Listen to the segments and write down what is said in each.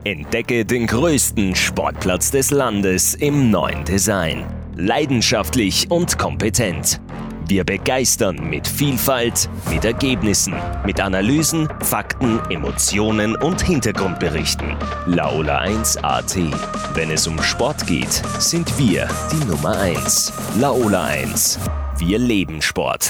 Entdecke den größten Sportplatz des Landes im neuen Design. Leidenschaftlich und kompetent. Wir begeistern mit Vielfalt, mit Ergebnissen, mit Analysen, Fakten, Emotionen und Hintergrundberichten. Laola 1 AT. Wenn es um Sport geht, sind wir die Nummer 1. Laola 1. Wir leben Sport.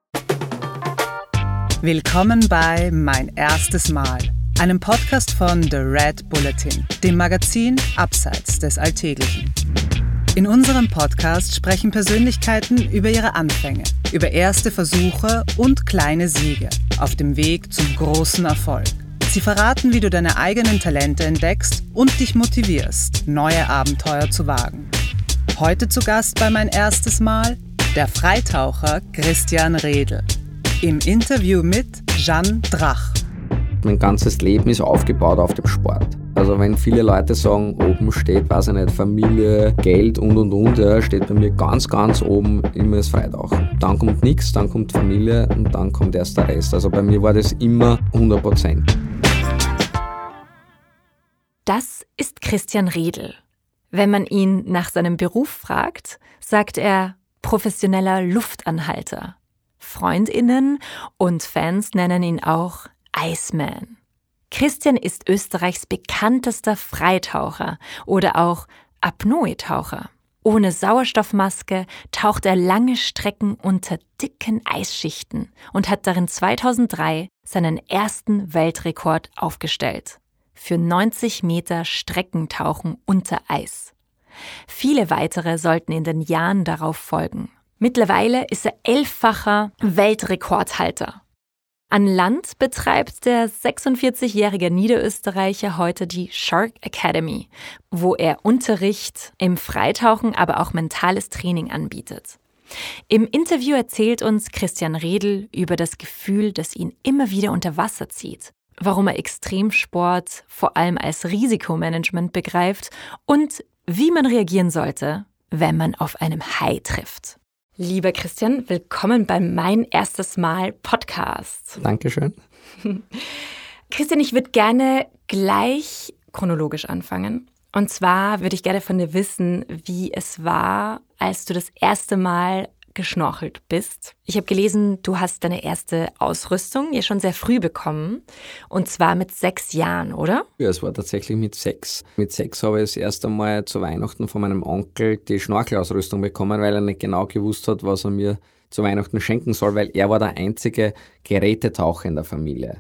Willkommen bei Mein erstes Mal, einem Podcast von The Red Bulletin, dem Magazin Abseits des Alltäglichen. In unserem Podcast sprechen Persönlichkeiten über ihre Anfänge, über erste Versuche und kleine Siege auf dem Weg zum großen Erfolg. Sie verraten, wie du deine eigenen Talente entdeckst und dich motivierst, neue Abenteuer zu wagen. Heute zu Gast bei Mein erstes Mal der Freitaucher Christian Redl. Im Interview mit Jeanne Drach. Mein ganzes Leben ist aufgebaut auf dem Sport. Also wenn viele Leute sagen, oben steht, weiß ich nicht, Familie, Geld und, ja, steht bei mir ganz oben immer das Freitauchen. Dann kommt nichts, dann kommt Familie und dann kommt erst der Rest. Also bei mir war das immer 100%. Das ist Christian Redl. Wenn man ihn nach seinem Beruf fragt, sagt er professioneller Luftanhalter. FreundInnen und Fans nennen ihn auch Iceman. Christian ist Österreichs bekanntester Freitaucher oder auch Apnoe-Taucher. Ohne Sauerstoffmaske taucht er lange Strecken unter dicken Eisschichten und hat darin 2003 seinen ersten Weltrekord aufgestellt. Für 90 Meter Streckentauchen unter Eis. Viele weitere sollten in den Jahren darauf folgen. Mittlerweile ist er 11-facher Weltrekordhalter. An Land betreibt der 46-jährige Niederösterreicher heute die Shark Academy, wo er Unterricht im Freitauchen, aber auch mentales Training anbietet. Im Interview erzählt uns Christian Redl über das Gefühl, das ihn immer wieder unter Wasser zieht, warum er Extremsport vor allem als Risikomanagement begreift und wie man reagieren sollte, wenn man auf einem Hai trifft. Lieber Christian, willkommen beim Mein erstes Mal Podcast. Dankeschön. Christian, ich würde gerne gleich chronologisch anfangen. Und zwar würde ich gerne von dir wissen, wie es war, als du das erste Mal geschnorchelt bist. Ich habe gelesen, du hast deine erste Ausrüstung ja schon sehr früh bekommen. Und zwar mit 6 Jahren, oder? Ja, es war tatsächlich mit 6. Mit 6 habe ich das erste Mal zu Weihnachten von meinem Onkel die Schnorchelausrüstung bekommen, weil er nicht genau gewusst hat, was er mir zu Weihnachten schenken soll, weil er war der einzige Gerätetaucher in der Familie.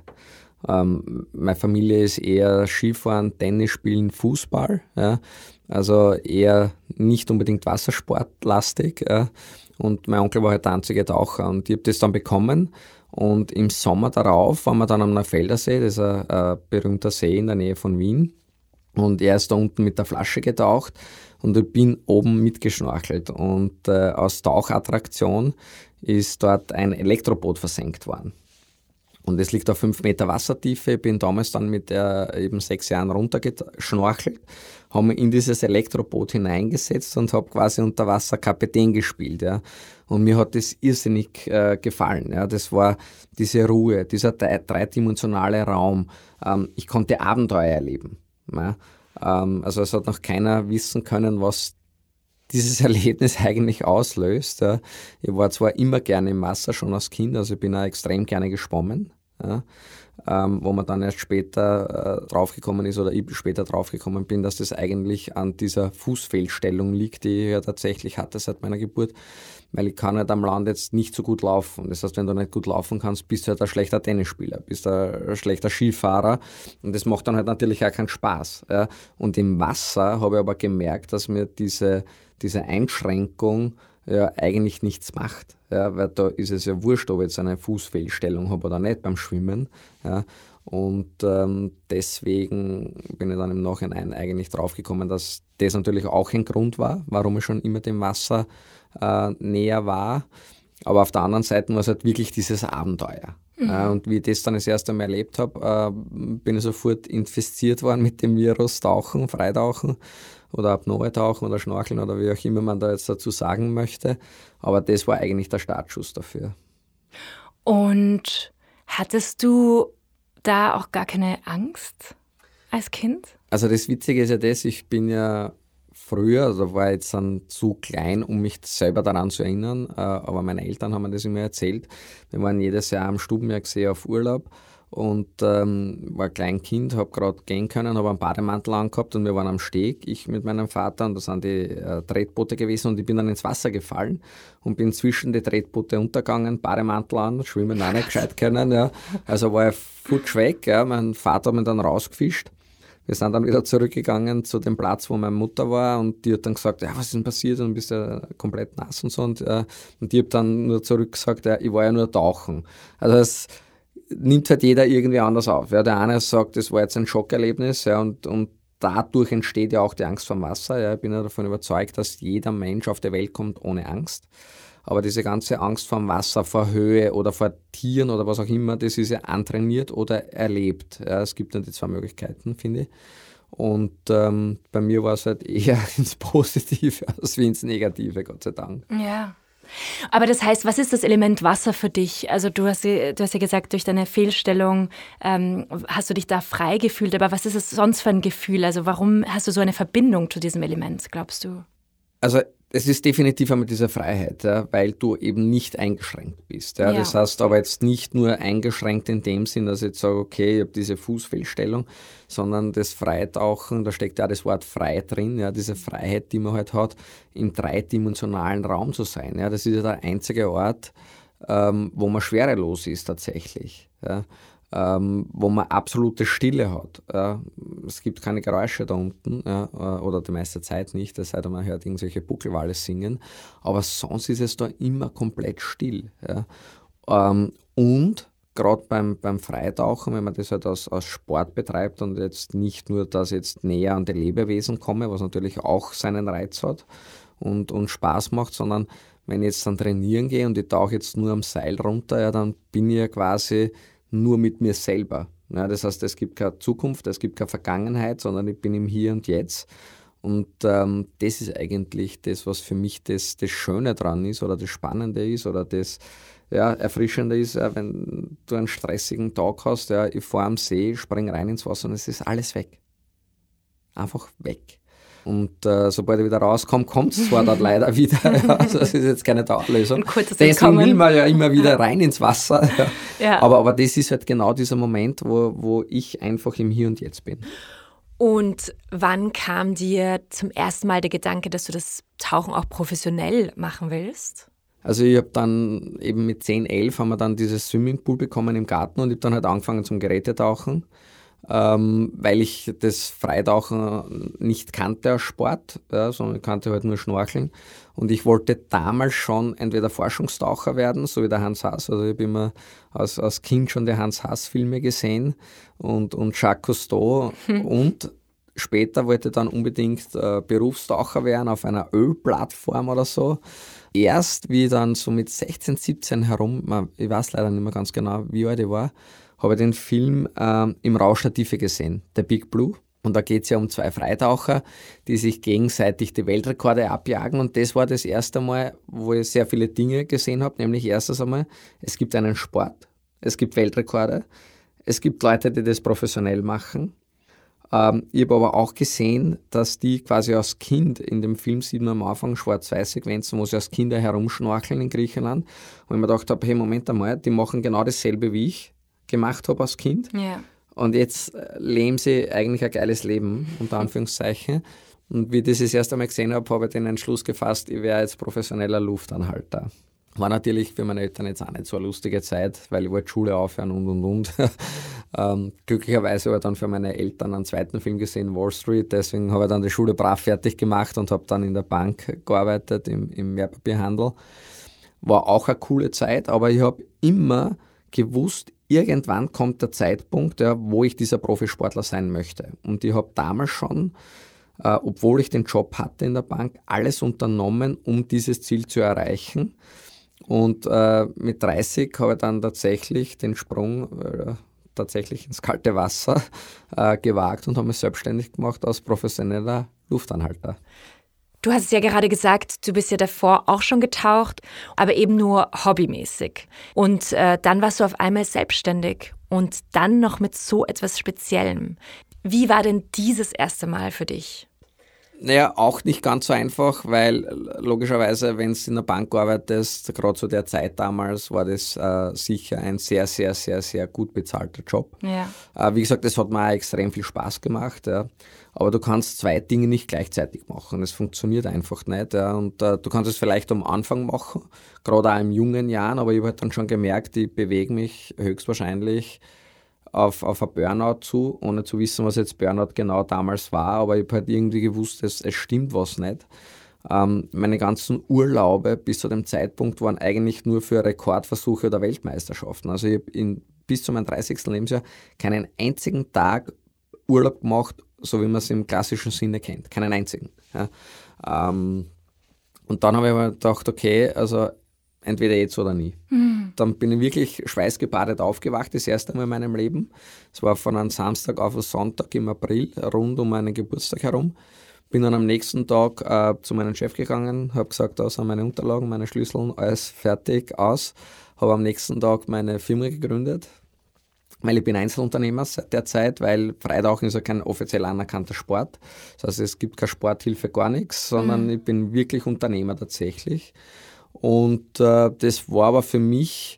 Meine Familie ist eher Skifahren, Tennis spielen, Fußball. Ja. Also eher nicht unbedingt wassersportlastig. Ja. Und mein Onkel war halt der einzige Taucher und ich habe das dann bekommen und im Sommer darauf waren wir dann am Neufeldersee, das ist ein berühmter See in der Nähe von Wien und er ist da unten mit der Flasche getaucht und ich bin oben mitgeschnorchelt und aus Tauchattraktion ist dort ein Elektroboot versenkt worden. Und es liegt auf 5 Meter Wassertiefe. Ich bin damals dann mit eben 6 Jahren runtergeschnorchelt, habe mich in dieses Elektroboot hineingesetzt und habe quasi unter Wasser Kapitän gespielt. Ja. Und mir hat das irrsinnig gefallen. Ja. Das war diese Ruhe, dieser dreidimensionale Raum. Ich konnte Abenteuer erleben. Ja. Also es hat noch keiner wissen können, was dieses Erlebnis eigentlich auslöst. Ja. Ich war zwar immer gerne im Wasser, schon als Kind, also ich bin auch extrem gerne geschwommen, ja. Wo man dann erst später draufgekommen ist oder ich später draufgekommen bin, dass das eigentlich an dieser Fußfehlstellung liegt, die ich ja tatsächlich hatte seit meiner Geburt, weil ich kann halt am Land jetzt nicht so gut laufen. Das heißt, wenn du nicht gut laufen kannst, bist du halt ein schlechter Tennisspieler, bist ein schlechter Skifahrer und das macht dann halt natürlich auch keinen Spaß. Ja. Und im Wasser habe ich aber gemerkt, dass mir diese Einschränkung ja eigentlich nichts macht, ja, weil da ist es ja wurscht, ob ich jetzt eine Fußfehlstellung habe oder nicht beim Schwimmen. Ja, und deswegen bin ich dann im Nachhinein eigentlich draufgekommen, dass das natürlich auch ein Grund war, warum ich schon immer dem Wasser näher war. Aber auf der anderen Seite war es halt wirklich dieses Abenteuer. Und wie ich das dann das erste Mal erlebt habe, bin ich sofort infiziert worden mit dem Virus Tauchen, Freitauchen oder Apnoe-Tauchen oder Schnorcheln oder wie auch immer man da jetzt dazu sagen möchte. Aber das war eigentlich der Startschuss dafür. Und hattest du da auch gar keine Angst? als Kind? Also das Witzige ist ja das, ich bin ja früher, also war jetzt dann zu klein, um mich selber daran zu erinnern, aber meine Eltern haben mir das immer erzählt. Wir waren jedes Jahr am Stubenbergsee auf Urlaub und war ein Kleinkind, habe gerade gehen können, habe einen Bademantel angehabt und wir waren am Steg, ich mit meinem Vater, und da sind die Tretboote gewesen und ich bin dann ins Wasser gefallen und bin zwischen die Tretboote untergegangen, Bademantel an, schwimmen auch nicht gescheit können. Ja. Also war ich futsch weg, ja. Mein Vater hat mich dann rausgefischt. Wir sind dann wieder zurückgegangen zu dem Platz, wo meine Mutter war, und die hat dann gesagt, ja, was ist denn passiert, und bist ja komplett nass und so, und die hat dann nur zurückgesagt, ja, ich war ja nur tauchen. Also es nimmt halt jeder irgendwie anders auf. Ja. Der eine sagt, das war jetzt ein Schockerlebnis, ja, und dadurch entsteht ja auch die Angst vor dem Wasser. Ja. Ich bin ja davon überzeugt, dass jeder Mensch auf die Welt kommt ohne Angst. Aber diese ganze Angst vor dem Wasser, vor Höhe oder vor Tieren oder was auch immer, das ist ja antrainiert oder erlebt. Ja, es gibt dann die zwei Möglichkeiten, finde ich. Und bei mir war es halt eher ins Positive als wie ins Negative, Gott sei Dank. Ja. Aber das heißt, was ist das Element Wasser für dich? Also du hast ja gesagt, durch deine Fehlstellung hast du dich da frei gefühlt. Aber was ist es sonst für ein Gefühl? Also warum hast du so eine Verbindung zu diesem Element, glaubst du? Also es ist definitiv einmal diese Freiheit, ja, weil du eben nicht eingeschränkt bist. Ja. Das heißt aber jetzt nicht nur eingeschränkt in dem Sinn, dass ich jetzt sage, okay, ich habe diese Fußfehlstellung, sondern das Freitauchen, da steckt ja das Wort frei drin, ja, diese Freiheit, die man halt hat, im dreidimensionalen Raum zu sein. Ja. Das ist ja der einzige Ort, wo man schwerelos ist tatsächlich. Ja. Wo man absolute Stille hat. Es gibt keine Geräusche da unten, oder die meiste Zeit nicht, es sei denn, man hört irgendwelche Buckelwale singen, aber sonst ist es da immer komplett still. Und gerade beim Freitauchen, wenn man das halt als Sport betreibt und jetzt nicht nur, dass ich jetzt näher an die Lebewesen komme, was natürlich auch seinen Reiz hat und Spaß macht, sondern wenn ich jetzt dann trainieren gehe und ich tauche jetzt nur am Seil runter, ja, dann bin ich ja quasi nur mit mir selber. Ja, das heißt, es gibt keine Zukunft, es gibt keine Vergangenheit, sondern ich bin im Hier und Jetzt. Und das ist eigentlich das, was für mich das Schöne dran ist oder das Spannende ist oder das Erfrischende ist, wenn du einen stressigen Tag hast, ich fahre am See, springe rein ins Wasser und es ist alles weg. Einfach weg. Und sobald ich wieder rauskomme, kommt es zwar dann leider wieder. Ja, also das ist jetzt keine Dauerlösung. Deswegen will man ja immer wieder rein ins Wasser. Ja. Ja. Aber das ist halt genau dieser Moment, wo ich einfach im Hier und Jetzt bin. Und wann kam dir zum ersten Mal der Gedanke, dass du das Tauchen auch professionell machen willst? Also ich habe dann eben mit 10, 11 haben wir dann dieses Swimmingpool bekommen im Garten und ich habe dann halt angefangen zum Gerätetauchen. Weil ich das Freitauchen nicht kannte als Sport, sondern ich kannte halt nur Schnorcheln. Und ich wollte damals schon entweder Forschungstaucher werden, so wie der Hans Haas. Also ich habe immer als Kind schon die Hans Haas-Filme gesehen und Jacques Cousteau. Und später wollte ich dann unbedingt Berufstaucher werden auf einer Ölplattform oder so. Erst wie dann so mit 16, 17 herum, ich weiß leider nicht mehr ganz genau, wie alt ich war, habe ich den Film im Rausch der Tiefe gesehen, The Big Blue. Und da geht es ja um 2 Freitaucher, die sich gegenseitig die Weltrekorde abjagen. Und das war das erste Mal, wo ich sehr viele Dinge gesehen habe. Nämlich erstens einmal, es gibt einen Sport, es gibt Weltrekorde, es gibt Leute, die das professionell machen. Ich habe aber auch gesehen, dass die quasi als Kind, in dem Film sieht man am Anfang Schwarz-Weiß-Sequenzen, wo sie als Kinder herumschnorcheln in Griechenland. Und ich mir gedacht habe, hey, Moment einmal, die machen genau dasselbe wie ich gemacht habe als Kind. Ja. Und jetzt leben sie eigentlich ein geiles Leben, unter Anführungszeichen. Und wie ich das erst einmal gesehen habe, habe ich den Entschluss gefasst, ich wäre jetzt professioneller Luftanhalter. War natürlich für meine Eltern jetzt auch nicht so eine lustige Zeit, weil ich wollte Schule aufhören und. Glücklicherweise habe ich dann für meine Eltern einen zweiten Film gesehen, Wall Street. Deswegen habe ich dann die Schule brav fertig gemacht und habe dann in der Bank gearbeitet, im Wertpapierhandel. War auch eine coole Zeit, aber ich habe immer gewusst, irgendwann kommt der Zeitpunkt, wo ich dieser Profisportler sein möchte. Und ich habe damals schon, obwohl ich den Job hatte in der Bank, alles unternommen, um dieses Ziel zu erreichen. Und mit 30 habe ich dann tatsächlich den Sprung tatsächlich ins kalte Wasser gewagt und habe mich selbstständig gemacht als professioneller Luftanhalter. Du hast es ja gerade gesagt, du bist ja davor auch schon getaucht, aber eben nur hobbymäßig. Und dann warst du auf einmal selbstständig und dann noch mit so etwas Speziellem. Wie war denn dieses erste Mal für dich? Naja, auch nicht ganz so einfach, weil logischerweise, wenn du in der Bank arbeitest, gerade zu der Zeit damals, war das sicher ein sehr, sehr, sehr, sehr gut bezahlter Job. Ja. Wie gesagt, das hat mir auch extrem viel Spaß gemacht. Ja. Aber du kannst zwei Dinge nicht gleichzeitig machen. Das funktioniert einfach nicht. Ja. Und du kannst es vielleicht am Anfang machen, gerade auch in jungen Jahren, aber ich habe halt dann schon gemerkt, ich bewege mich höchstwahrscheinlich auf ein Burnout zu, ohne zu wissen, was jetzt Burnout genau damals war, aber ich habe halt irgendwie gewusst, es stimmt was nicht. Meine ganzen Urlaube bis zu dem Zeitpunkt waren eigentlich nur für Rekordversuche oder Weltmeisterschaften. Also ich habe bis zu meinem 30. Lebensjahr keinen einzigen Tag Urlaub gemacht, so wie man es im klassischen Sinne kennt. Keinen einzigen. Ja. Und dann habe ich mir gedacht, okay, also entweder jetzt oder nie. Dann bin ich wirklich schweißgebadet aufgewacht, das erste Mal in meinem Leben. Es war von einem Samstag auf einen Sonntag im April, rund um meinen Geburtstag herum. Bin dann am nächsten Tag zu meinem Chef gegangen, habe gesagt, da sind meine Unterlagen, meine Schlüssel, alles fertig, aus. Habe am nächsten Tag meine Firma gegründet, weil ich bin Einzelunternehmer seit der Zeit, weil Freitauchen ist ja kein offiziell anerkannter Sport. Das heißt, es gibt keine Sporthilfe, gar nichts, sondern ich bin wirklich Unternehmer tatsächlich. Und das war aber für mich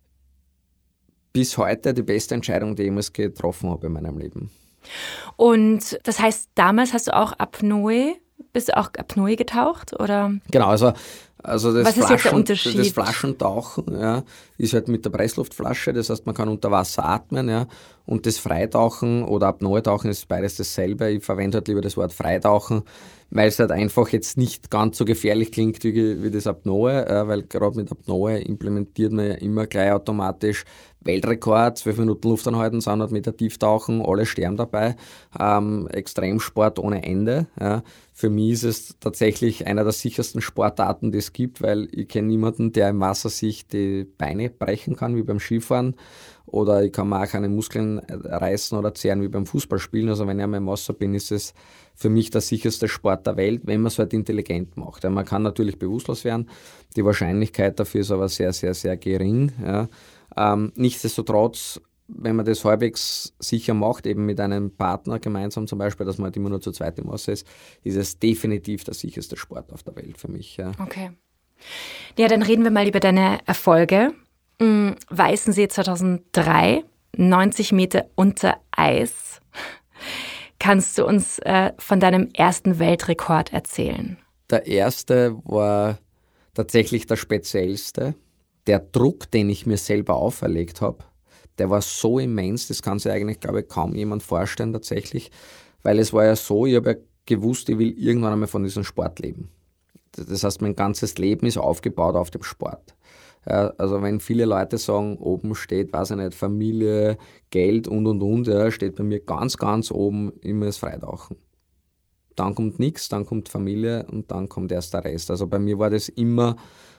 bis heute die beste Entscheidung, die ich jemals getroffen habe in meinem Leben. Und das heißt, damals hast du auch bist du auch Apnoe getaucht, oder? Genau, also Was ist jetzt der Unterschied? Das Flaschentauchen ist halt mit der Pressluftflasche, das heißt, man kann unter Wasser atmen, ja, und das Freitauchen oder Apnoe-Tauchen ist beides dasselbe. Ich verwende halt lieber das Wort Freitauchen, weil es halt einfach jetzt nicht ganz so gefährlich klingt wie das Apnoe, weil gerade mit Apnoe implementiert man ja immer gleich automatisch Weltrekord, 12 Minuten Luft anhalten, 200 Meter Tieftauchen, alle sterben dabei, Extremsport ohne Ende. Ja. Für mich ist es tatsächlich einer der sichersten Sportarten, die es gibt, weil ich kenne niemanden, der im Wasser sich die Beine brechen kann, wie beim Skifahren, oder ich kann mir auch keine Muskeln reißen oder zehren wie beim Fußballspielen. Also wenn ich einmal im Wasser bin, ist es für mich der sicherste Sport der Welt, wenn man es halt intelligent macht. Ja, man kann natürlich bewusstlos werden, die Wahrscheinlichkeit dafür ist aber sehr, sehr, sehr gering. Ja. Nichtsdestotrotz, wenn man das halbwegs sicher macht, eben mit einem Partner gemeinsam zum Beispiel, dass man halt immer nur zu zweit im Wasser ist es definitiv der sicherste Sport auf der Welt für mich. Ja. Okay. Ja, dann reden wir mal über deine Erfolge. Weißensee 2003, 90 Meter unter Eis. Kannst du uns von deinem ersten Weltrekord erzählen? Der erste war tatsächlich der speziellste. Der Druck, den ich mir selber auferlegt habe, der war so immens, das kann sich eigentlich, glaube ich, kaum jemand vorstellen tatsächlich, weil es war ja so, ich habe ja gewusst, ich will irgendwann einmal von diesem Sport leben. Das heißt, mein ganzes Leben ist aufgebaut auf dem Sport. Ja, also wenn viele Leute sagen, oben steht, weiß ich nicht, Familie, Geld und, ja, steht bei mir ganz, ganz oben immer das Freitauchen. Dann kommt nichts, dann kommt Familie und dann kommt erst der Rest. Also bei mir war das immer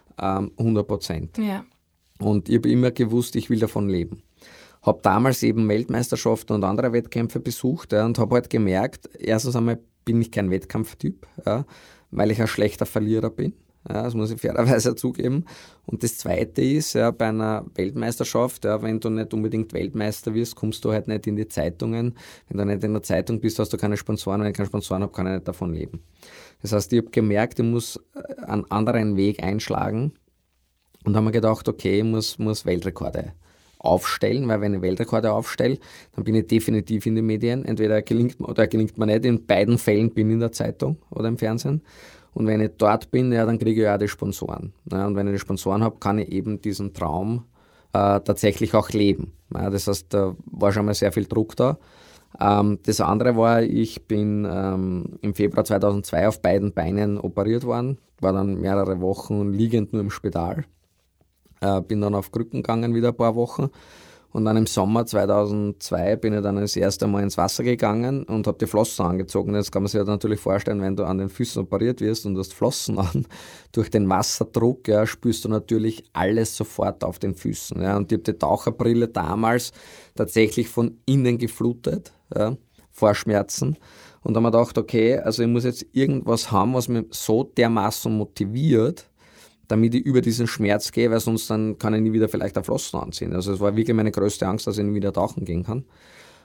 100%. Ja. Und ich habe immer gewusst, ich will davon leben. Habe damals eben Weltmeisterschaften und andere Wettkämpfe besucht, ja, und habe halt gemerkt, erstens einmal bin ich kein Wettkampftyp, ja, weil ich ein schlechter Verlierer bin. Ja, das muss ich fairerweise zugeben. Und das Zweite ist, ja, bei einer Weltmeisterschaft, ja, wenn du nicht unbedingt Weltmeister wirst, kommst du halt nicht in die Zeitungen. Wenn du nicht in der Zeitung bist, hast du keine Sponsoren. Wenn ich keine Sponsoren habe, kann ich nicht davon leben. Das heißt, ich habe gemerkt, ich muss einen anderen Weg einschlagen und habe mir gedacht, okay, ich muss Weltrekorde aufstellen, weil wenn ich Weltrekorde aufstelle, dann bin ich definitiv in den Medien. Entweder gelingt mir oder gelingt mir nicht. In beiden Fällen bin ich in der Zeitung oder im Fernsehen. Und wenn ich dort bin, ja, dann kriege ich auch die Sponsoren. Ja, und wenn ich die Sponsoren habe, kann ich eben diesen Traum tatsächlich auch leben. Ja, das heißt, da war schon mal sehr viel Druck da. Das andere war, ich bin im Februar 2002 auf beiden Beinen operiert worden, war dann mehrere Wochen liegend nur im Spital. Bin dann auf Krücken gegangen wieder ein paar Wochen. Und dann im Sommer 2002 bin ich dann das erste Mal ins Wasser gegangen und habe die Flossen angezogen. Jetzt kann man sich ja natürlich vorstellen, wenn du an den Füßen operiert wirst und du hast Flossen an, durch den Wasserdruck, ja, spürst du natürlich alles sofort auf den Füßen. Ja. Und ich habe die Taucherbrille damals tatsächlich von innen geflutet, ja, vor Schmerzen. Und dann habe ich gedacht, okay, also ich muss jetzt irgendwas haben, was mich so dermaßen motiviert, damit ich über diesen Schmerz gehe, weil sonst dann kann ich nie wieder vielleicht eine Flossen anziehen. Also es war wirklich meine größte Angst, dass ich nie wieder tauchen gehen kann.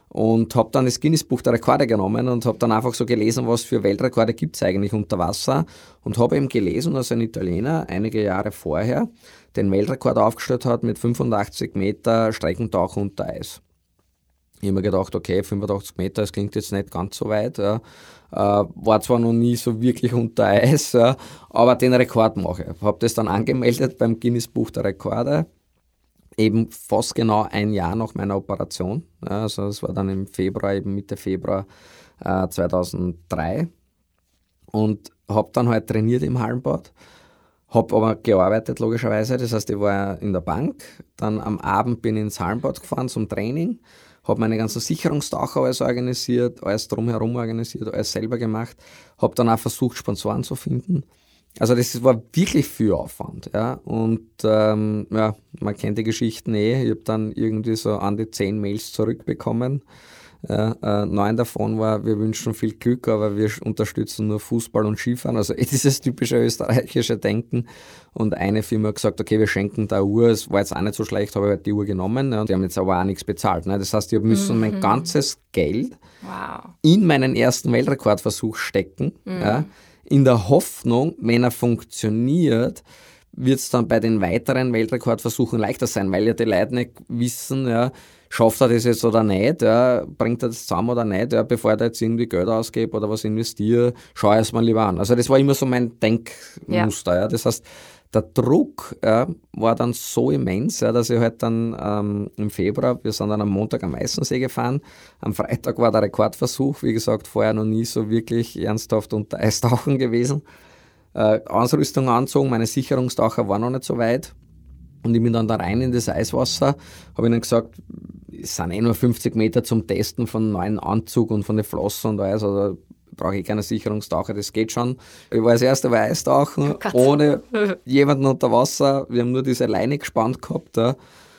Und habe dann das Guinness-Buch der Rekorde genommen und habe dann einfach so gelesen, was für Weltrekorde gibt es eigentlich unter Wasser. Und habe eben gelesen, dass ein Italiener einige Jahre vorher den Weltrekord aufgestellt hat mit 85 Meter Streckentauchen unter Eis. Ich habe mir gedacht, okay, 85 Meter, das klingt jetzt nicht ganz so weit. Ja. War zwar noch nie so wirklich unter Eis, ja, aber den Rekord mache ich. Habe das dann angemeldet beim Guinness-Buch der Rekorde. Eben fast genau ein Jahr nach meiner Operation. Ja, also das war dann im Februar, eben Mitte Februar 2003. Und habe dann halt trainiert im Hallenbad. Habe aber gearbeitet, logischerweise. Das heißt, ich war in der Bank. Dann am Abend bin ich ins Hallenbad gefahren zum Training. Habe meine ganzen Sicherungstaucher alles organisiert, alles drumherum organisiert, alles selber gemacht. Habe dann auch versucht, Sponsoren zu finden. Also das war wirklich viel Aufwand. Ja. Und ja, man kennt die Geschichten Ich habe dann irgendwie so an die 10 Mails zurückbekommen. 9 davon war, wir wünschen viel Glück, aber wir unterstützen nur Fußball und Skifahren. Also dieses typische österreichische Denken. Und eine Firma hat gesagt, okay, wir schenken da Uhr. Es war jetzt auch nicht so schlecht, habe ich halt die Uhr genommen. Und die haben jetzt aber auch nichts bezahlt. Ne. Das heißt, ich müssen mein ganzes Geld in meinen ersten Weltrekordversuch stecken. Ja, in der Hoffnung, wenn er funktioniert, wird es dann bei den weiteren Weltrekordversuchen leichter sein, weil ja die Leute nicht wissen, ja, schafft er das jetzt oder nicht, ja, bringt er das zusammen oder nicht, ja, bevor er da jetzt irgendwie Geld ausgibt oder was investiert, schau es mal lieber an. Also das war immer so mein Denkmuster. Ja. Das heißt, der Druck war dann so immens, dass ich halt dann im Februar, wir sind dann am Montag am Weißensee gefahren, am Freitag war der Rekordversuch, wie gesagt, vorher noch nie so wirklich ernsthaft unter Eistauchen gewesen. Ausrüstung anzogen, meine Sicherungstaucher waren noch nicht so weit und ich bin dann da rein in das Eiswasser, habe ihnen gesagt, es sind nur 50 Meter zum Testen von neuen Anzug und von den Flossen und alles, also brauche ich keine Sicherungstaucher, das geht schon. Ich war das erste Mal Eistauchen, ohne jemanden unter Wasser. Wir haben nur diese Leine gespannt gehabt. Ja.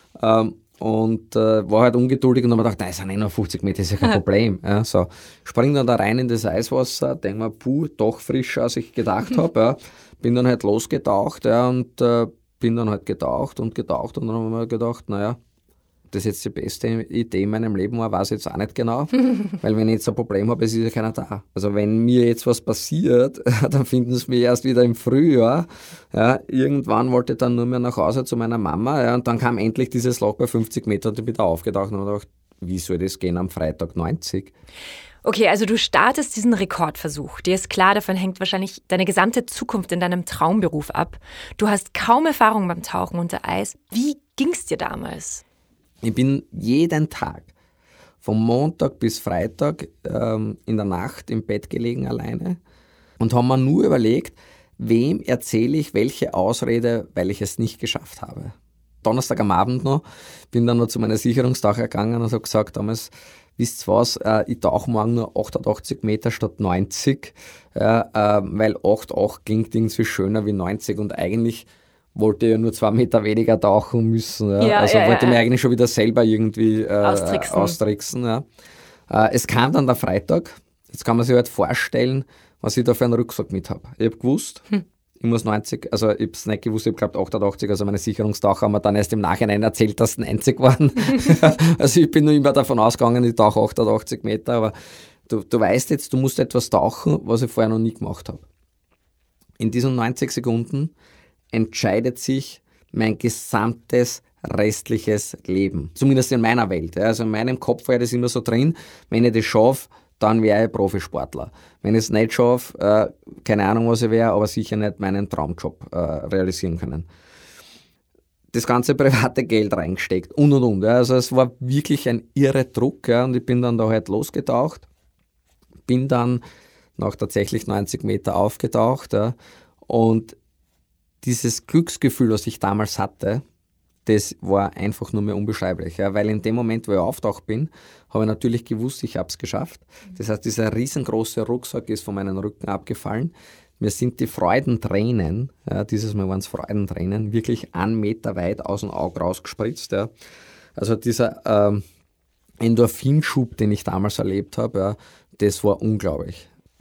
Und war halt ungeduldig und habe mir gedacht, nein, es sind nur 50 Meter, ist ja kein Problem. Ja, so. Spring dann da rein in das Eiswasser, denke mir, doch frischer, als ich gedacht habe. Ja. Bin dann halt losgetaucht, ja, und bin dann halt getaucht und dann habe ich mir gedacht, naja, das jetzt die beste Idee in meinem Leben war, weiß ich jetzt auch nicht genau, weil wenn ich jetzt ein Problem habe, ist ja keiner da. Also wenn mir jetzt was passiert, dann finden sie mich erst wieder im Frühjahr. Ja, irgendwann wollte ich dann nur mehr nach Hause zu meiner Mama, ja, und dann kam endlich dieses Loch bei 50 Metern und ich bin da aufgetaucht und habe gedacht, wie soll das gehen am Freitag 90? Okay, also du startest diesen Rekordversuch. Dir ist klar, davon hängt wahrscheinlich deine gesamte Zukunft in deinem Traumberuf ab. Du hast kaum Erfahrung beim Tauchen unter Eis. Wie ging's dir damals? Ich bin jeden Tag, vom Montag bis Freitag, in der Nacht im Bett gelegen alleine und habe mir nur überlegt, wem erzähle ich welche Ausrede, weil ich es nicht geschafft habe. Donnerstag am Abend noch, bin dann noch zu meiner Sicherungstaucher gegangen und habe gesagt damals, wisst ihr was, ich tauche morgen nur 88 Meter statt 90, weil 8,8 klingt irgendwie schöner wie 90 und eigentlich wollte ja nur 2 Meter weniger tauchen müssen. Ja. Wollte mir eigentlich schon wieder selber irgendwie austricksen. Ja. Es kam dann der Freitag. Jetzt kann man sich halt vorstellen, was ich da für einen Rucksack mit habe. Ich habe gewusst, ich muss 90, also ich habe es nicht gewusst, ich habe geglaubt 88, also meine Sicherungstaucher haben mir dann erst im Nachhinein erzählt, dass es 90 waren. Also ich bin nur immer davon ausgegangen, ich tauche 88 Meter, aber du weißt jetzt, du musst etwas tauchen, was ich vorher noch nie gemacht habe. In diesen 90 Sekunden entscheidet sich mein gesamtes restliches Leben. Zumindest in meiner Welt. Also in meinem Kopf war das immer so drin, wenn ich das schaffe, dann wäre ich Profisportler. Wenn ich es nicht schaffe, keine Ahnung, was ich wäre, aber sicher nicht meinen Traumjob realisieren können. Das ganze private Geld reingesteckt und. Ja. Also es war wirklich ein irre Druck, ja, und ich bin dann da halt losgetaucht, bin dann nach tatsächlich 90 Meter aufgetaucht, ja, und dieses Glücksgefühl, was ich damals hatte, das war einfach nur mehr unbeschreiblich. Ja, weil in dem Moment, wo ich auftaucht bin, habe ich natürlich gewusst, ich habe es geschafft. Das heißt, dieser riesengroße Rucksack ist von meinem Rücken abgefallen. Mir sind die Freudentränen, ja, dieses Mal waren es Freudentränen, wirklich 1 Meter weit aus dem Auge rausgespritzt. Ja. Also dieser Endorphinschub, den ich damals erlebt habe, ja, das war unglaublich.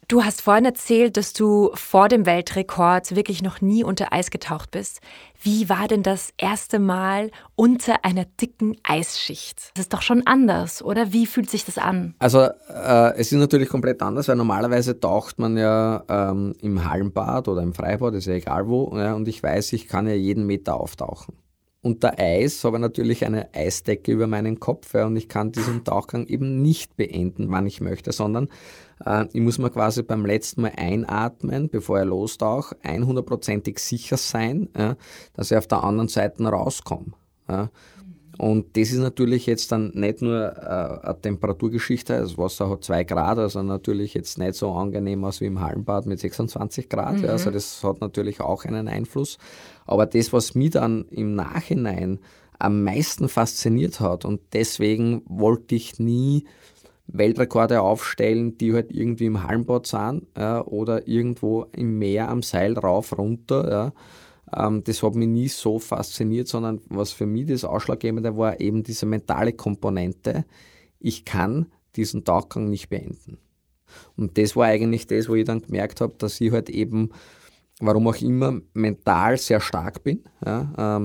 Du hast vorhin erzählt, dass du vor dem Weltrekord wirklich noch nie unter Eis getaucht bist. Wie war denn das erste Mal unter einer dicken Eisschicht? Das ist doch schon anders, oder? Wie fühlt sich das an? Also es ist natürlich komplett anders, weil normalerweise taucht man ja im Hallenbad oder im Freibad, ist ja egal wo. Ja, und ich weiß, ich kann ja jeden Meter auftauchen. Unter Eis habe ich natürlich eine Eisdecke über meinen Kopf, ja, und ich kann diesen Tauchgang eben nicht beenden, wann ich möchte, sondern ich muss mir quasi beim letzten Mal einatmen, bevor ich lostauche, 100%ig sicher sein, ja, dass ich auf der anderen Seite rauskomme. Ja. Und das ist natürlich jetzt dann nicht nur eine Temperaturgeschichte, das Wasser hat 2 Grad, also natürlich jetzt nicht so angenehm aus wie im Hallenbad mit 26 Grad, ja, also das hat natürlich auch einen Einfluss. Aber das, was mich dann im Nachhinein am meisten fasziniert hat, und deswegen wollte ich nie Weltrekorde aufstellen, die halt irgendwie im Hallenbad sind, oder irgendwo im Meer am Seil rauf, runter, ja. Das hat mich nie so fasziniert, sondern was für mich das Ausschlaggebende war, eben diese mentale Komponente. Ich kann diesen Tauchgang nicht beenden. Und das war eigentlich das, wo ich dann gemerkt habe, dass ich halt eben, warum auch immer, mental sehr stark bin, ja,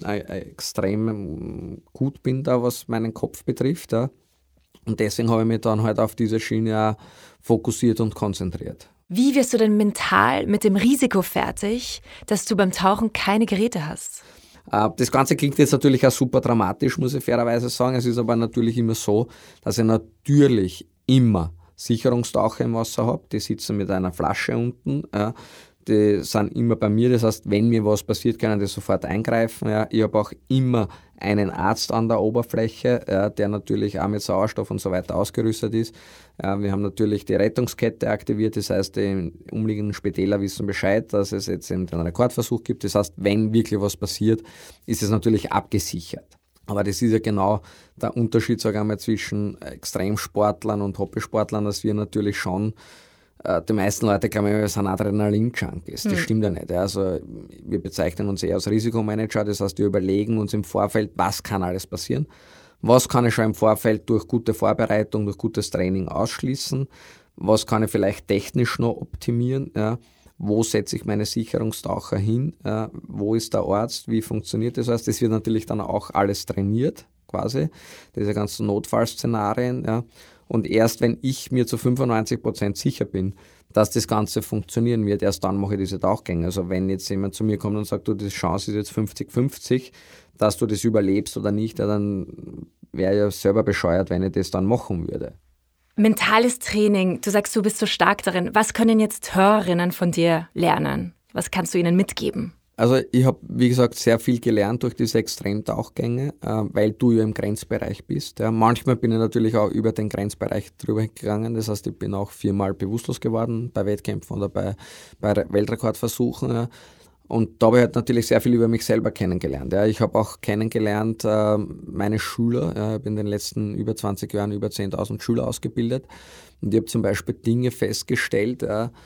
extrem gut bin da, was meinen Kopf betrifft. Ja. Und deswegen habe ich mich dann halt auf diese Schiene auch fokussiert und konzentriert. Wie wirst du denn mental mit dem Risiko fertig, dass du beim Tauchen keine Geräte hast? Das Ganze klingt jetzt natürlich auch super dramatisch, muss ich fairerweise sagen. Es ist aber natürlich immer so, dass ich natürlich immer Sicherungstaucher im Wasser habe. Die sitzen mit einer Flasche unten. Ja. Die sind immer bei mir, das heißt, wenn mir was passiert, können die sofort eingreifen. Ja. Ich habe auch immer einen Arzt an der Oberfläche, ja, der natürlich auch mit Sauerstoff und so weiter ausgerüstet ist. Ja, wir haben natürlich die Rettungskette aktiviert, das heißt, die umliegenden Spitäler wissen Bescheid, dass es jetzt einen Rekordversuch gibt. Das heißt, wenn wirklich was passiert, ist es natürlich abgesichert. Aber das ist ja genau der Unterschied, sage ich mal, zwischen Extremsportlern und Hobbysportlern, dass wir natürlich schon die meisten Leute glauben, wir sind Adrenalin-Junkies. Das stimmt ja nicht. Also wir bezeichnen uns eher als Risikomanager, das heißt, wir überlegen uns im Vorfeld, was kann alles passieren, was kann ich schon im Vorfeld durch gute Vorbereitung, durch gutes Training ausschließen, was kann ich vielleicht technisch noch optimieren, ja. Wo setze ich meine Sicherungstaucher hin, wo ist der Arzt, wie funktioniert das? Das wird natürlich dann auch alles trainiert, quasi, diese ganzen Notfallszenarien, ja. Und erst wenn ich mir zu 95% sicher bin, dass das Ganze funktionieren wird, erst dann mache ich diese Tauchgänge. Also wenn jetzt jemand zu mir kommt und sagt, du, die Chance ist jetzt 50-50, dass du das überlebst oder nicht, ja, dann wäre ich ja selber bescheuert, wenn ich das dann machen würde. Mentales Training, du sagst, du bist so stark darin. Was können jetzt Hörerinnen von dir lernen? Was kannst du ihnen mitgeben? Also ich habe, wie gesagt, sehr viel gelernt durch diese Extremtauchgänge, weil du ja im Grenzbereich bist. Ja. Manchmal bin ich natürlich auch über den Grenzbereich drüber gegangen. Das heißt, ich bin auch 4-mal bewusstlos geworden bei Wettkämpfen oder bei Weltrekordversuchen. Ja. Und da habe ich halt natürlich sehr viel über mich selber kennengelernt. Ja. Ich habe auch kennengelernt meine Schüler. Ja. Ich habe in den letzten über 20 Jahren über 10.000 Schüler ausgebildet. Und ich habe zum Beispiel Dinge festgestellt,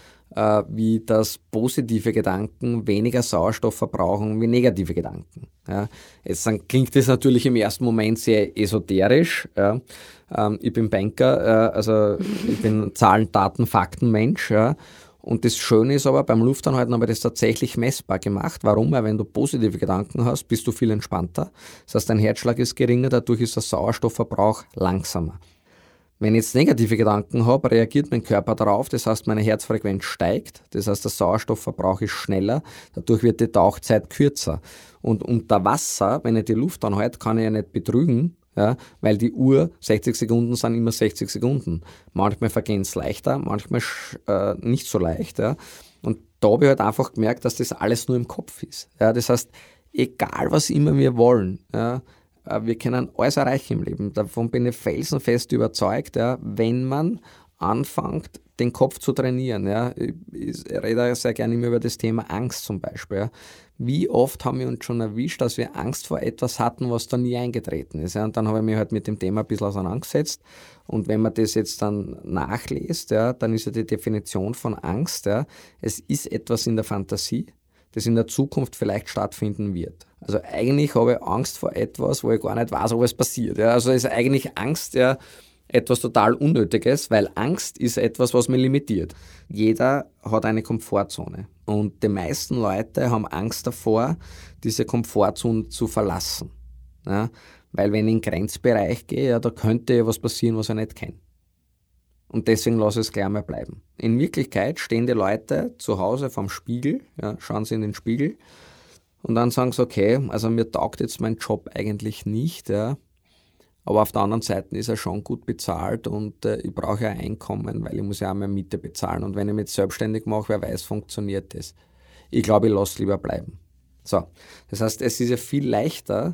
wie das positive Gedanken weniger Sauerstoff verbrauchen wie negative Gedanken. Ja. Jetzt dann klingt das natürlich im ersten Moment sehr esoterisch. Ja. Ich bin Banker, also ich bin Zahlen, Daten, Fakten Mensch. Ja. Und das Schöne ist aber, beim Luftanhalten habe ich das tatsächlich messbar gemacht. Warum? Weil wenn du positive Gedanken hast, bist du viel entspannter. Das heißt, dein Herzschlag ist geringer, dadurch ist der Sauerstoffverbrauch langsamer. Wenn ich jetzt negative Gedanken habe, reagiert mein Körper darauf, das heißt, meine Herzfrequenz steigt, das heißt, der Sauerstoffverbrauch ist schneller, dadurch wird die Tauchzeit kürzer. Und unter Wasser, wenn ich die Luft anhalte, kann ich ja nicht betrügen, ja, weil die Uhr, 60 Sekunden sind immer 60 Sekunden. Manchmal vergehen es leichter, manchmal nicht so leicht. Ja. Und da habe ich halt einfach gemerkt, dass das alles nur im Kopf ist. Ja. Das heißt, egal was immer wir wollen, ja, wir können alles erreichen im Leben. Davon bin ich felsenfest überzeugt, ja, wenn man anfängt, den Kopf zu trainieren. Ja. Ich rede sehr gerne immer über das Thema Angst zum Beispiel. Ja. Wie oft haben wir uns schon erwischt, dass wir Angst vor etwas hatten, was dann nie eingetreten ist. Ja. Und dann habe ich mich halt mit dem Thema ein bisschen auseinandergesetzt. Und wenn man das jetzt dann nachliest, ja, dann ist ja die Definition von Angst, ja, es ist etwas in der Fantasie, das in der Zukunft vielleicht stattfinden wird. Also eigentlich habe ich Angst vor etwas, wo ich gar nicht weiß, ob es passiert. Ja. Also es ist eigentlich Angst, ja, etwas total Unnötiges, weil Angst ist etwas, was mich limitiert. Jeder hat eine Komfortzone und die meisten Leute haben Angst davor, diese Komfortzone zu verlassen. Ja? Weil wenn ich in den Grenzbereich gehe, ja, da könnte ja was passieren, was ich nicht kenne. Und deswegen lasse ich es gleich mal bleiben. In Wirklichkeit stehen die Leute zu Hause vorm Spiegel, ja, schauen sie in den Spiegel und dann sagen sie, okay, also mir taugt jetzt mein Job eigentlich nicht, ja. Aber auf der anderen Seite ist er schon gut bezahlt und ich brauche ja Einkommen, weil ich muss ja auch meine Miete bezahlen. Und wenn ich mich selbstständig mache, wer weiß, funktioniert das. Ich glaube, ich lasse es lieber bleiben. So, das heißt, es ist ja viel leichter,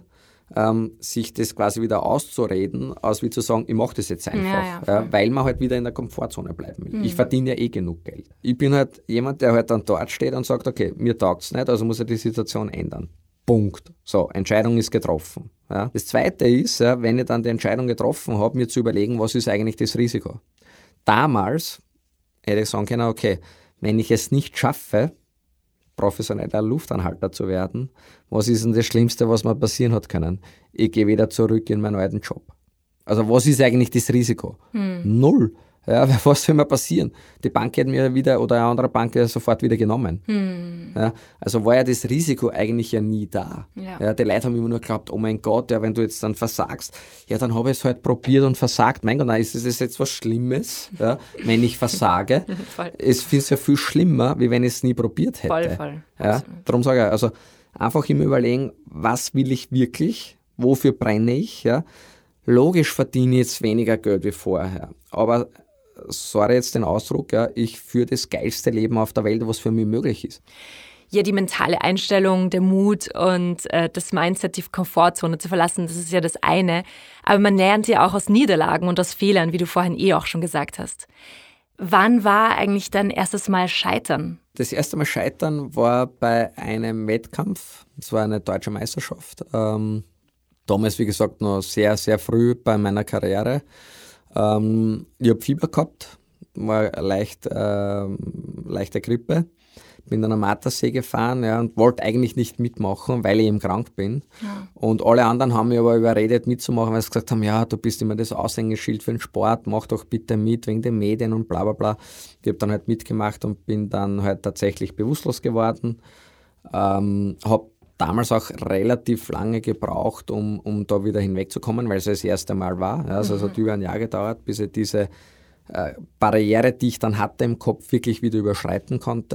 sich das quasi wieder auszureden, als wie zu sagen, ich mache das jetzt einfach, weil man halt wieder in der Komfortzone bleiben will. Ich verdiene ja eh genug Geld. Ich bin halt jemand, der halt dann dort steht und sagt, okay, mir taugt es nicht, also muss ich die Situation ändern. Punkt. So, Entscheidung ist getroffen. Ja. Das Zweite ist, ja, wenn ich dann die Entscheidung getroffen habe, mir zu überlegen, was ist eigentlich das Risiko. Damals hätte ich sagen können, okay, wenn ich es nicht schaffe, professioneller Luftanhalter zu werden, was ist denn das Schlimmste, was mir passieren hat können? Ich gehe wieder zurück in meinen alten Job. Also was ist eigentlich das Risiko? Null. Ja, was soll mir passieren? Die Bank hätte mir wieder oder eine andere Bank sofort wieder genommen. Ja, also war ja das Risiko eigentlich ja nie da. Ja, die Leute haben immer nur geglaubt, oh mein Gott, ja, wenn du jetzt dann versagst, ja, dann habe ich es halt probiert und versagt. Mein Gott, nein, ist das jetzt was Schlimmes, ja, wenn ich versage? Es ist ja viel schlimmer, wie wenn ich es nie probiert hätte. Voll. Ja, darum sage ich, also einfach immer überlegen, was will ich wirklich, wofür brenne ich, ja. Logisch verdiene ich jetzt weniger Geld wie vorher, aber sorry jetzt den Ausdruck, ja, ich führe das geilste Leben auf der Welt, was für mich möglich ist. Ja, die mentale Einstellung, der Mut und das Mindset, die Komfortzone zu verlassen, das ist ja das eine. Aber man lernt ja auch aus Niederlagen und aus Fehlern, wie du vorhin auch schon gesagt hast. Wann war eigentlich dein erstes Mal Scheitern? Das erste Mal Scheitern war bei einem Wettkampf. Das war eine deutsche Meisterschaft. Damals, wie gesagt, noch sehr, sehr früh bei meiner Karriere. Ich habe Fieber gehabt, war leichte Grippe. Bin dann am Mattersee gefahren, ja, und wollte eigentlich nicht mitmachen, weil ich eben krank bin. Ja. Und alle anderen haben mich aber überredet, mitzumachen, weil sie gesagt haben, ja, du bist immer das Aushängeschild für den Sport, mach doch bitte mit wegen den Medien und bla bla bla. Ich habe dann halt mitgemacht und bin dann halt tatsächlich bewusstlos geworden. Habe damals auch relativ lange gebraucht, um da wieder hinwegzukommen, weil es das erste Mal war. Ja, also es hat über ein Jahr gedauert, bis ich diese Barriere, die ich dann hatte im Kopf, wirklich wieder überschreiten konnte.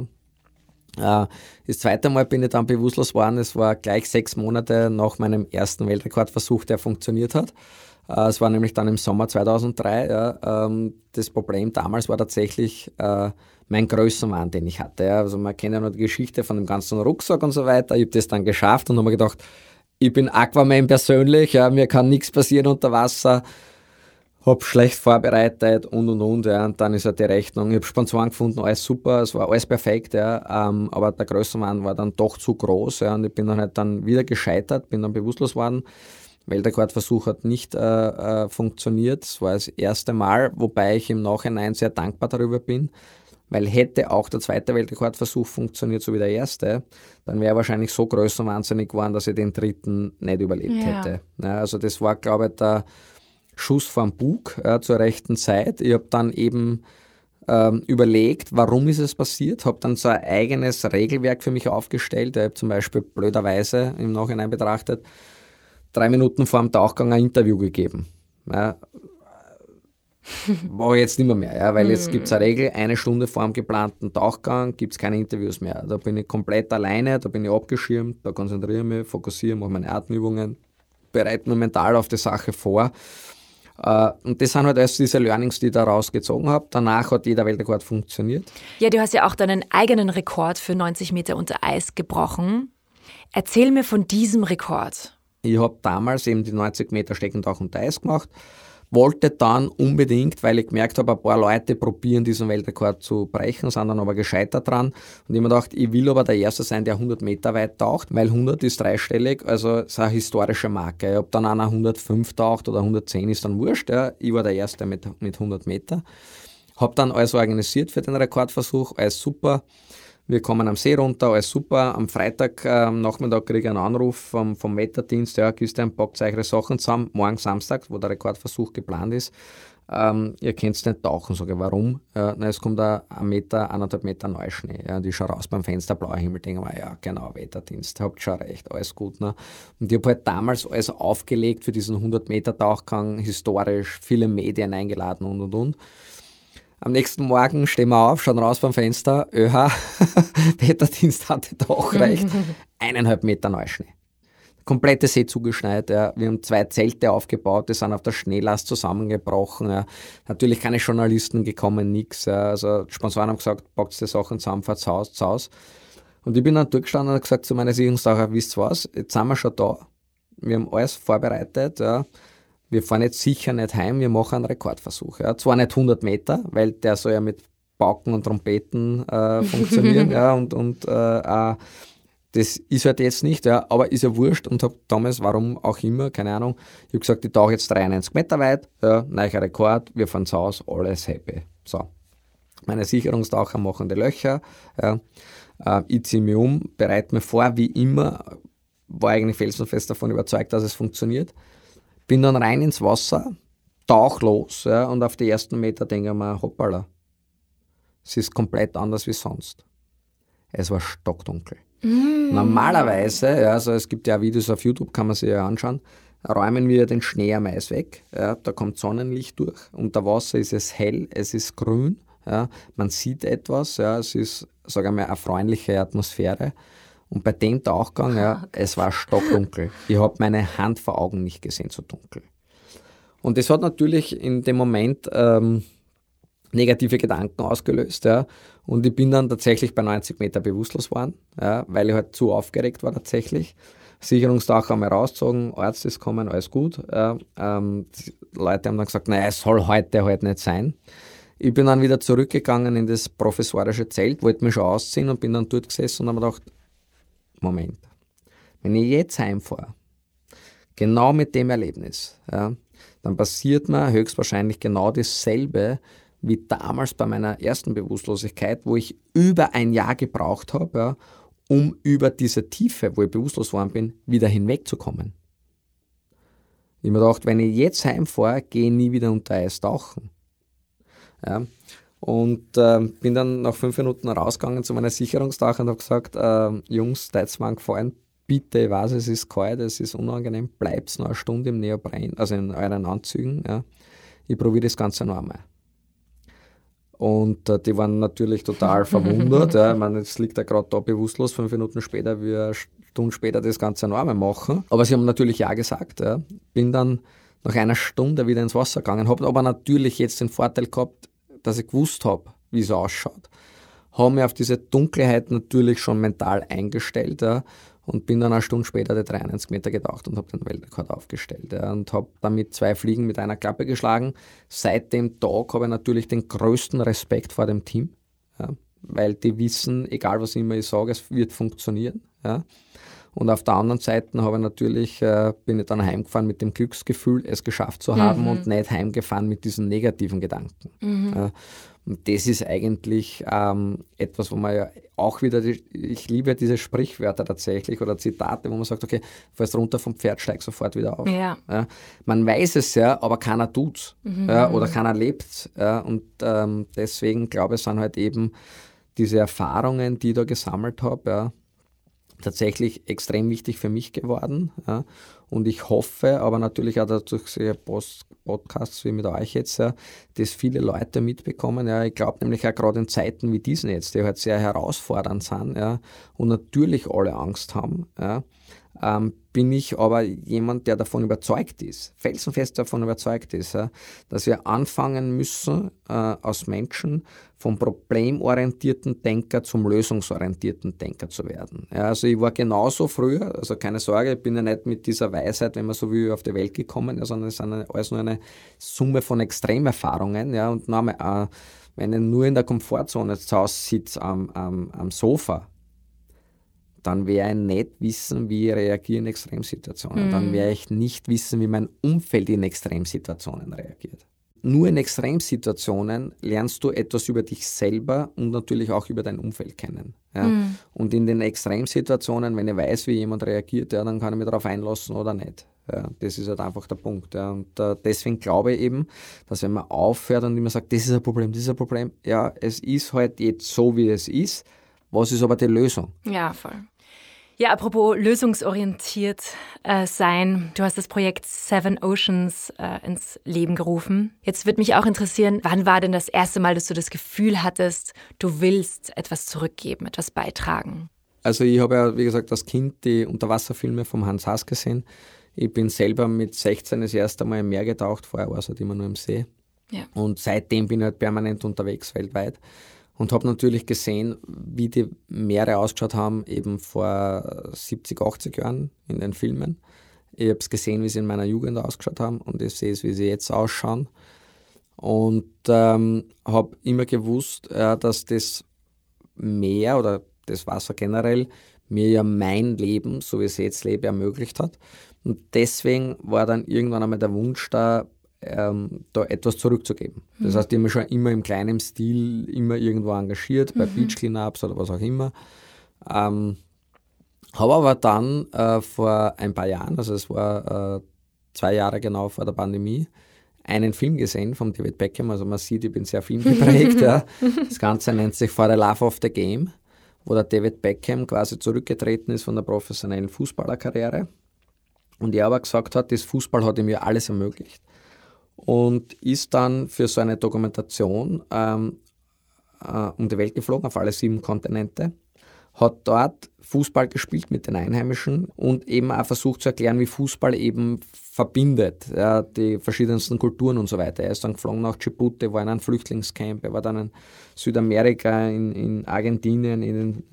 Ja. Das zweite Mal bin ich dann bewusstlos geworden. Es war gleich 6 Monate nach meinem ersten Weltrekordversuch, der funktioniert hat. Es war nämlich dann im Sommer 2003. Ja. Das Problem damals war tatsächlich mein Größenwahn, den ich hatte. Ja. Also man kennt ja noch die Geschichte von dem ganzen Rucksack und so weiter. Ich habe das dann geschafft und habe mir gedacht, ich bin Aquaman persönlich, ja, mir kann nichts passieren unter Wasser. Habe schlecht vorbereitet und, ja, und dann ist halt die Rechnung. Ich habe Sponsoren gefunden, alles super, es war alles perfekt, ja, aber der Größenwahn war dann doch zu groß, ja, und ich bin dann halt dann wieder gescheitert, bin dann bewusstlos geworden. Weltrekordversuch hat nicht funktioniert, es war das erste Mal, wobei ich im Nachhinein sehr dankbar darüber bin, weil hätte auch der zweite Weltrekordversuch funktioniert, so wie der erste, dann wäre er wahrscheinlich so größenwahnsinnig geworden, dass ich den dritten nicht überlebt hätte. Ja, also das war, glaube ich, der Schuss vom Bug zur rechten Zeit. Ich habe dann eben überlegt, warum ist es passiert, habe dann so ein eigenes Regelwerk für mich aufgestellt. Ich habe zum Beispiel blöderweise im Nachhinein betrachtet 3 Minuten vor dem Tauchgang ein Interview gegeben. Ja, mache ich jetzt nicht mehr, ja, weil jetzt gibt es eine Regel, 1 Stunde vor dem geplanten Tauchgang gibt es keine Interviews mehr. Da bin ich komplett alleine, da bin ich abgeschirmt, da konzentriere ich mich, fokussiere, mache meine Atemübungen, bereite mich mental auf die Sache vor. Und das sind halt alles diese Learnings, die ich da rausgezogen habe. Danach hat jeder Weltrekord funktioniert. Ja, du hast ja auch deinen eigenen Rekord für 90 Meter unter Eis gebrochen. Erzähl mir von diesem Rekord. Ich habe damals eben die 90 Meter Steckentauch unter Eis gemacht. Wollte dann unbedingt, weil ich gemerkt habe, ein paar Leute probieren diesen Weltrekord zu brechen, sind dann aber gescheitert dran. Und ich habe mir gedacht, ich will aber der Erste sein, der 100 Meter weit taucht, weil 100 ist dreistellig, also ist eine historische Marke. Ob dann einer 105 taucht oder 110 ist dann wurscht. Ja. Ich war der Erste mit 100 Meter. Habe dann alles organisiert für den Rekordversuch, alles super. Wir kommen am See runter, alles super. Am Freitag Nachmittag kriege ich einen Anruf vom Wetterdienst, ja, Christian, packt eure Sachen zusammen, morgen Samstag, wo der Rekordversuch geplant ist. Ihr könnt nicht tauchen. Sage ich, warum? Es kommt ein 1,5 Meter Neuschnee. Ja, und ich schaue raus beim Fenster, blauer Himmel, denke mir, ja genau, Wetterdienst, habt schon recht, alles gut. Ne? Und ich habe halt damals alles aufgelegt für diesen 100 Meter Tauchgang, historisch, viele Medien eingeladen und. Am nächsten Morgen stehen wir auf, schauen raus beim Fenster, Wetterdienst hatte doch recht, 1,5 Meter Neuschnee. Komplette See zugeschneit, ja. Wir haben 2 Zelte aufgebaut, die sind auf der Schneelast zusammengebrochen. Ja. Natürlich keine Journalisten gekommen, nix. Ja. Also die Sponsoren haben gesagt, packt die Sachen zusammen, fahrt zu Haus. Und ich bin dann durchgestanden und gesagt zu meinen Sicherungstaucher, wisst ihr was, jetzt sind wir schon da. Wir haben alles vorbereitet, ja. Wir fahren jetzt sicher nicht heim, wir machen einen Rekordversuch. Ja. Zwar nicht 100 Meter, weil der soll ja mit Pauken und Trompeten funktionieren, ja, und das ist halt jetzt nicht, ja, aber ist ja wurscht und habe damals, warum auch immer, keine Ahnung, ich habe gesagt, ich tauche jetzt 93 Meter weit, ja, neuer Rekord, wir fahren zu Hause, alles happy. So, meine Sicherungstaucher machen die Löcher, ja, ich ziehe mich um, bereite mir vor, wie immer, war eigentlich felsenfest davon überzeugt, dass es funktioniert, bin dann rein ins Wasser, tauch los, ja, und auf die ersten Meter denke ich mir, hoppala, es ist komplett anders wie sonst. Es war stockdunkel. Normalerweise, ja, also es gibt ja Videos auf YouTube, kann man sich ja anschauen, räumen wir den Schnee am Eis weg, ja, da kommt Sonnenlicht durch, unter Wasser ist es hell, es ist grün, ja, man sieht etwas, ja, es ist, sage ich mal, eine freundliche Atmosphäre und bei dem Tauchgang, ja, es war stockdunkel. Ich habe meine Hand vor Augen nicht gesehen, so dunkel. Und das hat natürlich in dem Moment negative Gedanken ausgelöst, ja. Und ich bin dann tatsächlich bei 90 Meter bewusstlos geworden, ja, weil ich halt zu aufgeregt war tatsächlich. Sicherungstaucher haben wir rausgezogen, Arzt ist gekommen, alles gut. Die Leute haben dann gesagt, naja, es soll heute halt nicht sein. Ich bin dann wieder zurückgegangen in das professorische Zelt, wollte mich schon ausziehen und bin dann dort gesessen und habe mir gedacht, Moment, wenn ich jetzt heimfahre, genau mit dem Erlebnis, ja, dann passiert mir höchstwahrscheinlich genau dasselbe, wie damals bei meiner ersten Bewusstlosigkeit, wo ich über ein Jahr gebraucht habe, ja, um über diese Tiefe, wo ich bewusstlos geworden bin, wieder hinwegzukommen. Ich habe mir gedacht, wenn ich jetzt heimfahre, gehe ich nie wieder unter Eis tauchen. Ja, und bin dann nach 5 Minuten rausgegangen zu meiner Sicherungstaucher und habe gesagt, Jungs, da hat's mir gefallen, bitte, ich weiß, es ist kalt, es ist unangenehm, bleibt noch eine Stunde im Neopren, also in euren Anzügen. Ja. Ich probiere das Ganze noch einmal. Und die waren natürlich total verwundert. Ja. Ich meine, jetzt liegt er gerade da bewusstlos, 5 Minuten später, wir eine Stunde später das Ganze noch einmal machen. Aber sie haben natürlich ja gesagt. Ja. Bin dann nach einer Stunde wieder ins Wasser gegangen, habe aber natürlich jetzt den Vorteil gehabt, dass ich gewusst habe, wie es ausschaut. Habe mich auf diese Dunkelheit natürlich schon mental eingestellt, ja, und bin dann eine Stunde später die 93 Meter getaucht und habe den Weltrekord aufgestellt. Ja, und habe damit 2 Fliegen mit einer Klappe geschlagen. Seit dem Tag habe ich natürlich den größten Respekt vor dem Team, ja, weil die wissen, egal was immer ich sage, es wird funktionieren. Ja. Und auf der anderen Seite habe ich natürlich, bin ich dann heimgefahren mit dem Glücksgefühl, es geschafft zu haben und nicht heimgefahren mit diesen negativen Gedanken. Ja. Und das ist eigentlich etwas, wo man ja auch wieder, ich liebe diese Sprichwörter tatsächlich oder Zitate, wo man sagt, okay, fällst runter vom Pferd, steig sofort wieder auf. Ja. Ja, man weiß es ja, aber keiner tut's oder keiner lebt's. Ja, und deswegen glaube ich, sind halt eben diese Erfahrungen, die ich da gesammelt habe, ja, tatsächlich extrem wichtig für mich geworden. Ja. Und ich hoffe, aber natürlich auch durch solche Podcasts wie mit euch jetzt, ja, dass viele Leute mitbekommen. Ja. Ich glaube nämlich auch gerade in Zeiten wie diesen jetzt, die halt sehr herausfordernd sind, ja, und natürlich alle Angst haben, ja, bin ich aber jemand, der davon überzeugt ist, felsenfest davon überzeugt ist, ja, dass wir anfangen müssen, als Menschen vom problemorientierten Denker zum lösungsorientierten Denker zu werden. Ja, also ich war genauso früher, also keine Sorge, ich bin ja nicht mit dieser Weisheit, wenn man so will, auf die Welt gekommen, ja, sondern es ist alles nur eine Summe von Extremerfahrungen. Ja, und nochmal, wenn ich nur in der Komfortzone zu Hause sitze am Sofa, dann werde ich nicht wissen, wie ich reagiere in Extremsituationen. Dann werde ich nicht wissen, wie mein Umfeld in Extremsituationen reagiert. nur in Extremsituationen lernst du etwas über dich selber und natürlich auch über dein Umfeld kennen. Ja? Und in den Extremsituationen, wenn ich weiß, wie jemand reagiert, ja, dann kann ich mich darauf einlassen oder nicht. Ja, das ist halt einfach der Punkt. Ja. Und deswegen glaube ich eben, dass wenn man aufhört und immer sagt, das ist ein Problem, ja, es ist halt jetzt so, wie es ist. Was ist aber die Lösung? Ja, voll. Ja, apropos lösungsorientiert sein. Du hast das Projekt Seven Oceans ins Leben gerufen. Jetzt würde mich auch interessieren, wann war denn das erste Mal, dass du das Gefühl hattest, du willst etwas zurückgeben, etwas beitragen? Also ich habe ja, wie gesagt, als Kind die Unterwasserfilme vom Hans Haas gesehen. Ich bin selber mit 16 das erste Mal im Meer getaucht, vorher war es halt immer nur im See. Ja. Und seitdem bin ich halt permanent unterwegs weltweit. Und habe natürlich gesehen, wie die Meere ausgeschaut haben, eben vor 70, 80 Jahren in den Filmen. Ich habe es gesehen, wie sie in meiner Jugend ausgeschaut haben und ich sehe es, wie sie jetzt ausschauen. Und habe immer gewusst, dass das Meer oder das Wasser generell mir ja mein Leben, so wie ich es jetzt lebe, ermöglicht hat. Und deswegen war dann irgendwann einmal der Wunsch da etwas zurückzugeben. Das heißt, ich habe mich schon immer im kleinen Stil immer irgendwo engagiert, bei Beach Cleanups oder was auch immer. Habe aber dann vor ein paar Jahren, also es war 2 Jahre genau vor der Pandemie, einen Film gesehen von David Beckham. Also man sieht, ich bin sehr filmgeprägt. Ja. Das Ganze nennt sich For the Love of the Game, wo der David Beckham quasi zurückgetreten ist von der professionellen Fußballerkarriere. Und er aber gesagt hat, das Fußball hat ihm ja alles ermöglicht. Und ist dann für so eine Dokumentation um die Welt geflogen, auf alle 7 Kontinente, hat dort Fußball gespielt mit den Einheimischen und eben auch versucht zu erklären, wie Fußball eben verbindet, ja, die verschiedensten Kulturen und so weiter. Er ist dann geflogen nach Djibouti, war in einem Flüchtlingscamp, er war dann in Südamerika, in Argentinien,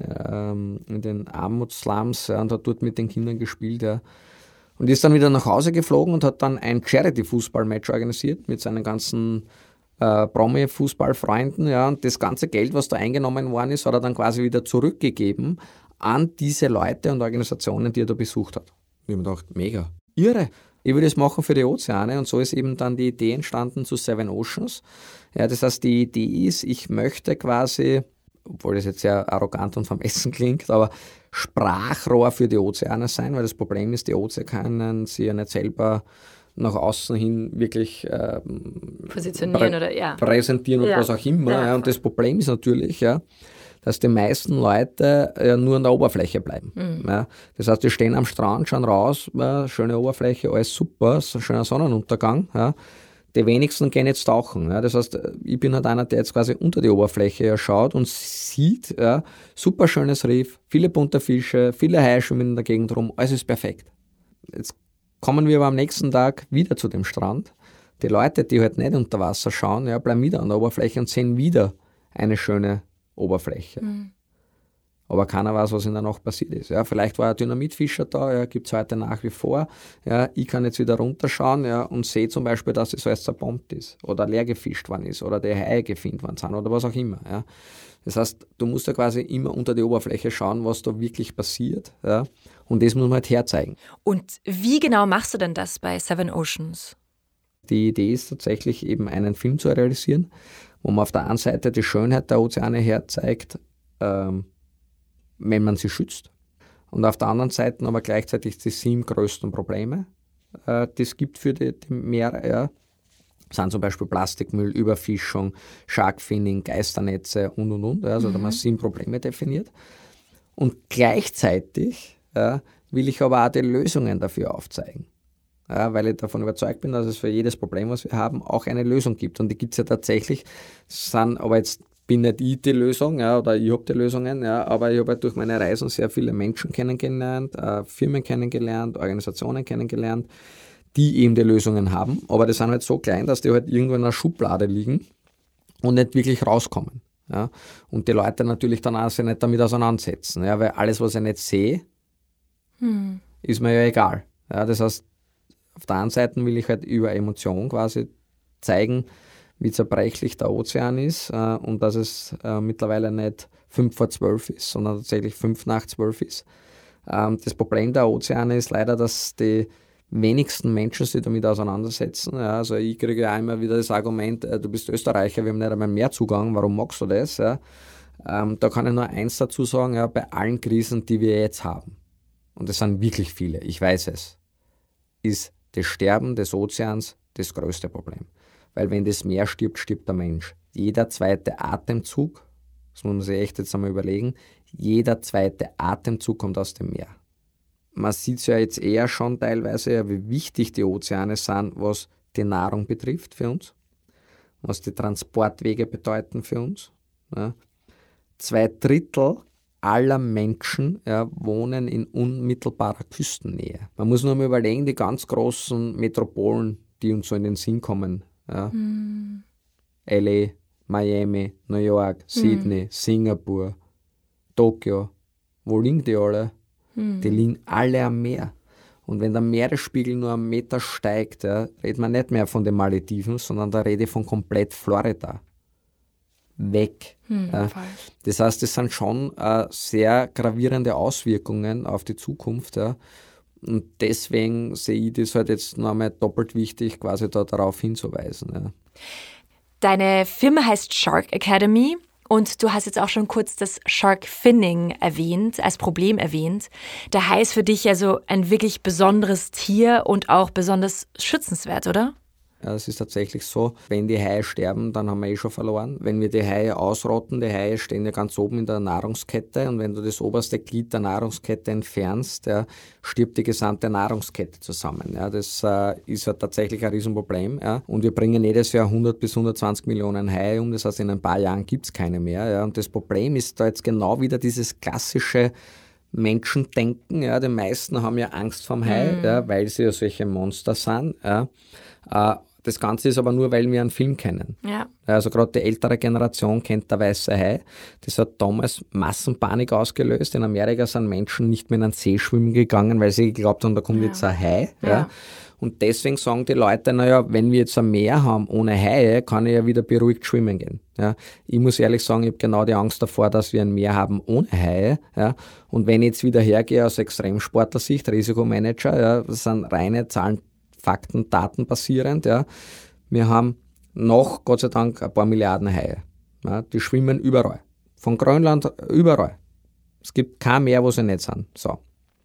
in den Armutsslums, ja, und hat dort mit den Kindern gespielt. Ja. Und ist dann wieder nach Hause geflogen und hat dann ein Charity-Fußball-Match organisiert mit seinen ganzen Promi-Fußballfreunden. Ja, und das ganze Geld, was da eingenommen worden ist, hat er dann quasi wieder zurückgegeben an diese Leute und Organisationen, die er da besucht hat. Ich habe mir gedacht, mega, irre. Ich will das machen für die Ozeane und so ist eben dann die Idee entstanden zu Seven Oceans. Ja, das heißt, die Idee ist, ich möchte quasi, obwohl das jetzt sehr arrogant und vermessen klingt, aber Sprachrohr für die Ozeane sein, weil das Problem ist, die Ozeane können sie ja nicht selber nach außen hin wirklich positionieren oder ja. präsentieren und was auch immer. Ja, und das Problem ist natürlich, ja, dass die meisten Leute nur an der Oberfläche bleiben. Ja. Das heißt, die stehen am Strand, schauen raus, schöne Oberfläche, alles super, schöner Sonnenuntergang. Ja. Die wenigsten gehen jetzt tauchen. Ja. Das heißt, ich bin halt einer, der jetzt quasi unter die Oberfläche schaut und sieht, super schönes Riff, viele bunte Fische, viele Haie schwimmen in der Gegend rum, alles ist perfekt. Jetzt kommen wir aber am nächsten Tag wieder zu dem Strand. Die Leute, die halt nicht unter Wasser schauen, bleiben wieder an der Oberfläche und sehen wieder eine schöne Oberfläche. Aber keiner weiß, was in der Nacht passiert ist. Ja, vielleicht war ein Dynamitfischer da, gibt es heute nach wie vor. Ja, ich kann jetzt wieder runterschauen und sehe zum Beispiel, dass das alles zerbombt ist oder leer gefischt worden ist oder die Haie gefindet worden sind oder was auch immer. Ja. Das heißt, du musst ja quasi immer unter die Oberfläche schauen, was da wirklich passiert. Ja. Und das muss man halt herzeigen. Und wie genau machst du denn das bei Seven Oceans? Die Idee ist tatsächlich eben einen Film zu realisieren, wo man auf der einen Seite die Schönheit der Ozeane herzeigt, wenn man sie schützt. Und auf der anderen Seite aber gleichzeitig die 7 größten Probleme, die es gibt für die Meere. Ja. Das sind zum Beispiel Plastikmüll, Überfischung, Sharkfinning, Geisternetze und. Also da haben wir 7 Probleme definiert. Und gleichzeitig will ich aber auch die Lösungen dafür aufzeigen. Ja, weil ich davon überzeugt bin, dass es für jedes Problem, was wir haben, auch eine Lösung gibt. Und die gibt es ja tatsächlich, aber jetzt bin nicht ich die Lösung, oder ich habe die Lösungen, aber ich habe halt durch meine Reisen sehr viele Menschen kennengelernt, Firmen kennengelernt, Organisationen kennengelernt, die eben die Lösungen haben, aber die sind halt so klein, dass die halt irgendwo in einer Schublade liegen und nicht wirklich rauskommen. Ja. Und die Leute natürlich dann auch sich nicht damit auseinandersetzen, weil alles, was ich nicht sehe, ist mir ja egal. Ja. Das heißt, auf der einen Seite will ich halt über Emotion quasi zeigen, wie zerbrechlich der Ozean ist und dass es mittlerweile nicht 11:55 ist, sondern tatsächlich 11:55 ist. Das Problem der Ozeane ist leider, dass die wenigsten Menschen sich damit auseinandersetzen. Ja, also ich kriege ja immer wieder das Argument, du bist Österreicher, wir haben nicht einmal mehr Zugang, warum magst du das? Ja? Da kann ich nur eins dazu sagen, ja, bei allen Krisen, die wir jetzt haben, und das sind wirklich viele, ich weiß es, ist das Sterben des Ozeans das größte Problem. Weil wenn das Meer stirbt, stirbt der Mensch. Jeder zweite Atemzug, das muss man sich echt jetzt einmal überlegen, jeder zweite Atemzug kommt aus dem Meer. Man sieht es ja jetzt eher schon teilweise, ja, wie wichtig die Ozeane sind, was die Nahrung betrifft für uns, was die Transportwege bedeuten für uns. Ja. 2/3 aller Menschen wohnen in unmittelbarer Küstennähe. Man muss nur mal überlegen, die ganz großen Metropolen, die uns so in den Sinn kommen. Ja. LA, Miami, New York, Sydney, Singapur, Tokio. Wo liegen die alle? Die liegen alle am Meer. Und wenn der Meeresspiegel nur 1 Meter steigt, redet man nicht mehr von den Malediven, sondern da rede ich von komplett Florida. Weg. Das heißt, das sind schon sehr gravierende Auswirkungen auf die Zukunft. Ja. Und deswegen sehe ich das halt jetzt nochmal doppelt wichtig, quasi da darauf hinzuweisen. Ja. Deine Firma heißt Shark Academy und du hast jetzt auch schon kurz das Shark Finning erwähnt, als Problem erwähnt. Der Hai ist für dich also ein wirklich besonderes Tier und auch besonders schützenswert, oder? Ja, es ist tatsächlich so, wenn die Haie sterben, dann haben wir schon verloren. Wenn wir die Haie ausrotten, die Haie stehen ja ganz oben in der Nahrungskette und wenn du das oberste Glied der Nahrungskette entfernst, stirbt die gesamte Nahrungskette zusammen. Ja, das ist ja tatsächlich ein Riesenproblem. Ja. Und wir bringen jedes Jahr 100 bis 120 Millionen Haie um, das heißt, in ein paar Jahren gibt es keine mehr. Ja. Und das Problem ist da jetzt genau wieder dieses klassische Menschendenken. Ja. Die meisten haben ja Angst vorm Hai, weil sie ja solche Monster sind. Ja. Das Ganze ist aber nur, weil wir einen Film kennen. Ja. Also gerade die ältere Generation kennt der weiße Hai. Das hat damals Massenpanik ausgelöst. In Amerika sind Menschen nicht mehr in den See schwimmen gegangen, weil sie geglaubt haben, da kommt jetzt ein Hai. Ja. Und deswegen sagen die Leute, wenn wir jetzt ein Meer haben ohne Haie, kann ich ja wieder beruhigt schwimmen gehen. Ja. Ich muss ehrlich sagen, ich habe genau die Angst davor, dass wir ein Meer haben ohne Haie. Ja. Und wenn ich jetzt wieder hergehe aus Extremsportler-Sicht, Risikomanager, das sind reine Zahlen, Fakten, Daten basierend. Ja. Wir haben noch, Gott sei Dank, ein paar Milliarden Haie. Ja, die schwimmen überall. Von Grönland überall. Es gibt kein Meer, wo sie nicht sind. So.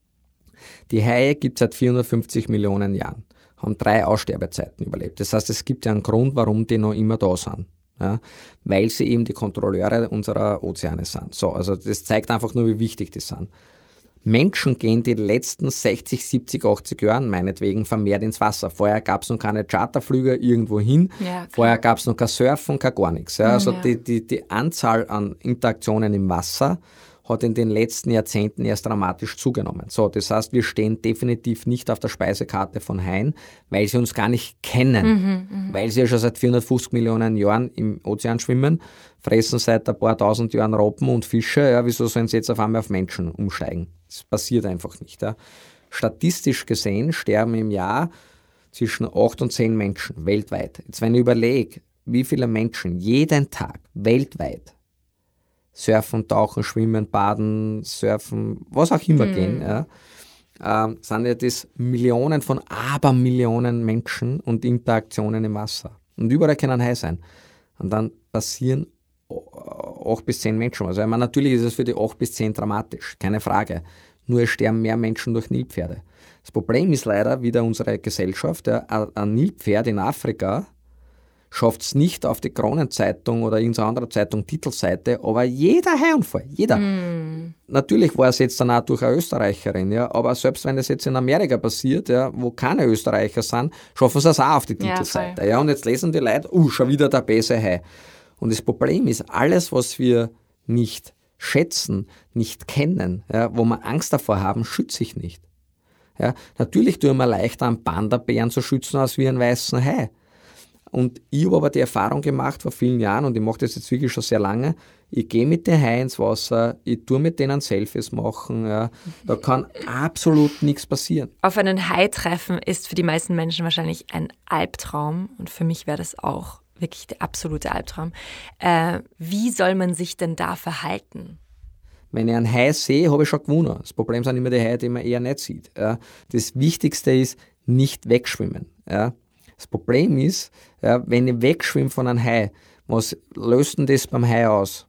Die Haie gibt es seit 450 Millionen Jahren. Haben 3 Aussterbezeiten überlebt. Das heißt, es gibt ja einen Grund, warum die noch immer da sind. Ja, weil sie eben die Kontrolleure unserer Ozeane sind. So, also das zeigt einfach nur, wie wichtig die sind. Menschen gehen die letzten 60, 70, 80 Jahren meinetwegen vermehrt ins Wasser. Vorher gab es noch keine Charterflüge irgendwo hin. Ja, vorher gab es noch kein Surfen, gar nichts. Ja. Also die Anzahl an Interaktionen im Wasser hat in den letzten Jahrzehnten erst dramatisch zugenommen. So, das heißt, wir stehen definitiv nicht auf der Speisekarte von Haien, weil sie uns gar nicht kennen. Weil sie ja schon seit 450 Millionen Jahren im Ozean schwimmen, fressen seit ein paar tausend Jahren Robben und Fische. Ja, wieso sollen sie jetzt auf einmal auf Menschen umsteigen? Das passiert einfach nicht. Ja. Statistisch gesehen sterben im Jahr zwischen 8 und 10 Menschen weltweit. Jetzt, wenn ich überlege, wie viele Menschen jeden Tag weltweit surfen, tauchen, schwimmen, baden, surfen, was auch immer gehen, sind ja das Millionen von Abermillionen Menschen und Interaktionen im Wasser. Und überall können Haie sein. Und dann passieren 8 bis 10 Menschen. Also ich meine, natürlich ist es für die 8 bis 10 dramatisch, keine Frage. Nur es sterben mehr Menschen durch Nilpferde. Das Problem ist leider wieder unsere Gesellschaft. Ein Nilpferd in Afrika schafft es nicht auf die Kronenzeitung oder irgendeine andere Zeitung Titelseite, aber jeder Haiunfall, jeder. Natürlich war es jetzt dann auch durch eine Österreicherin, ja, aber selbst wenn das jetzt in Amerika passiert, ja, wo keine Österreicher sind, schaffen sie es auch auf die Titelseite. Ja, und jetzt lesen die Leute, schon wieder der böse Hai. Und das Problem ist, alles, was wir nicht schätzen, nicht kennen, ja, wo wir Angst davor haben, schütze ich nicht. Ja, natürlich tun wir leichter, einen Panda-Bären zu schützen, als wie einen weißen Hai. Und ich habe aber die Erfahrung gemacht vor vielen Jahren, und ich mache das jetzt wirklich schon sehr lange, ich gehe mit den Haien ins Wasser, ich tue mit denen Selfies machen, ja, da kann absolut nichts passieren. Auf einen Hai treffen ist für die meisten Menschen wahrscheinlich ein Albtraum, und für mich wäre das auch wirklich der absolute Albtraum. Wie soll man sich denn da verhalten? Wenn ich einen Hai sehe, habe ich schon gewonnen. Das Problem sind immer die Haie, die man eher nicht sieht. Ja. Das Wichtigste ist, nicht wegschwimmen. Ja. Das Problem ist, wenn ich wegschwimme von einem Hai, was löst denn das beim Hai aus?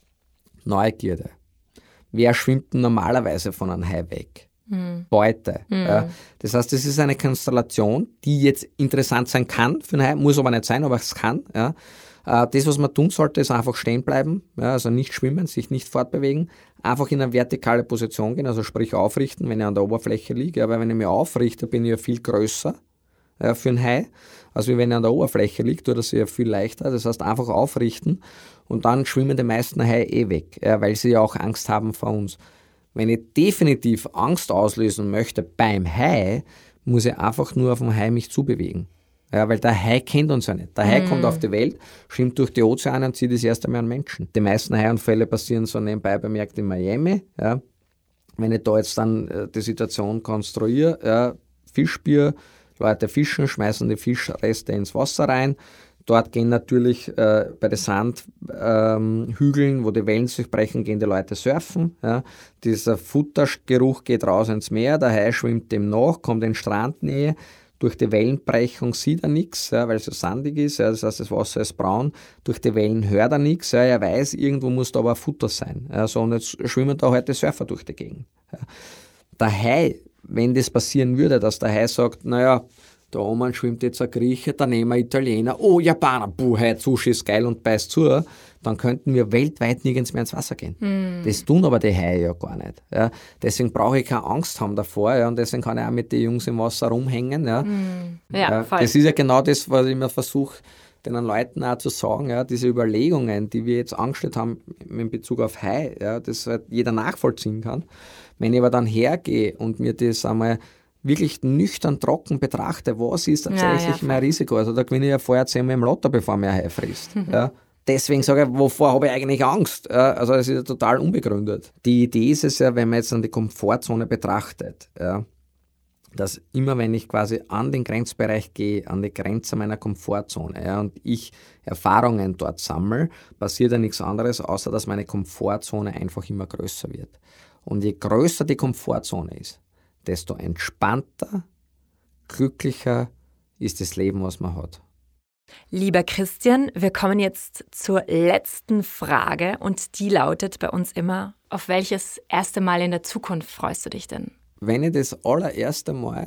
Neugierde. Wer schwimmt denn normalerweise von einem Hai weg? Beute. Ja. Das heißt, das ist eine Konstellation, die jetzt interessant sein kann für einen Hai, muss aber nicht sein, aber es kann. Ja. Das, was man tun sollte, ist einfach stehen bleiben, ja, also nicht schwimmen, sich nicht fortbewegen, einfach in eine vertikale Position gehen, also sprich aufrichten, wenn ich an der Oberfläche liege. Aber wenn ich mich aufrichte, bin ich ja viel größer für einen Hai, also wenn ich an der Oberfläche liege, tut das ja viel leichter. Das heißt, einfach aufrichten und dann schwimmen die meisten Haie weg, weil sie ja auch Angst haben vor uns. Wenn ich definitiv Angst auslösen möchte beim Hai, muss ich einfach nur auf den Hai mich zubewegen. Ja, weil der Hai kennt uns ja nicht. Der Hai kommt auf die Welt, schwimmt durch die Ozeane und zieht das erste Mal an Menschen. Die meisten Haiunfälle passieren so nebenbei bemerkt in Miami. Ja. Wenn ich da jetzt dann die Situation konstruiere, Fischbier, Leute fischen, schmeißen die Fischreste ins Wasser rein. Dort gehen natürlich bei den Sandhügeln, wo die Wellen sich brechen, gehen die Leute surfen. Ja. Dieser Futtergeruch geht raus ins Meer, der Hai schwimmt dem nach, kommt in Strandnähe. Durch die Wellenbrechung sieht er nichts, weil es so sandig ist. Ja, das heißt, das Wasser ist braun. Durch die Wellen hört er nichts. Ja, er weiß, irgendwo muss da aber Futter sein. Ja, so, und jetzt schwimmen da halt die Surfer durch die Gegend. Ja. Der Hai, wenn das passieren würde, dass der Hai sagt, naja, da oben schwimmt jetzt ein Grieche, da nehmen wir Italiener, oh Japaner, Hai, Sushi ist geil und beißt zu, dann könnten wir weltweit nirgends mehr ins Wasser gehen. Das tun aber die Haie ja gar nicht. Ja. Deswegen brauche ich keine Angst haben davor, ja, und deswegen kann ich auch mit den Jungs im Wasser rumhängen. Ja. Das ist ja genau das, was ich immer versuche, den Leuten auch zu sagen, ja, diese Überlegungen, die wir jetzt angestellt haben in Bezug auf Hai, ja, das halt jeder nachvollziehen kann. Wenn ich aber dann hergehe und mir das einmal wirklich nüchtern trocken betrachte, was ist tatsächlich mein Risiko? Also da gewinne ich ja vorher 10-mal im Lotto, bevor mir ein Hai frisst. Ja. Deswegen sage ich, wovor habe ich eigentlich Angst? Also es ist ja total unbegründet. Die Idee ist es ja, wenn man jetzt an die Komfortzone betrachtet, ja, dass immer wenn ich quasi an den Grenzbereich gehe, an die Grenze meiner Komfortzone, ja, und ich Erfahrungen dort sammle, passiert ja nichts anderes, außer dass meine Komfortzone einfach immer größer wird. Und je größer die Komfortzone ist, desto entspannter, glücklicher ist das Leben, was man hat. Lieber Christian, wir kommen jetzt zur letzten Frage und die lautet bei uns immer, auf welches erste Mal in der Zukunft freust du dich denn? Wenn ich das allererste Mal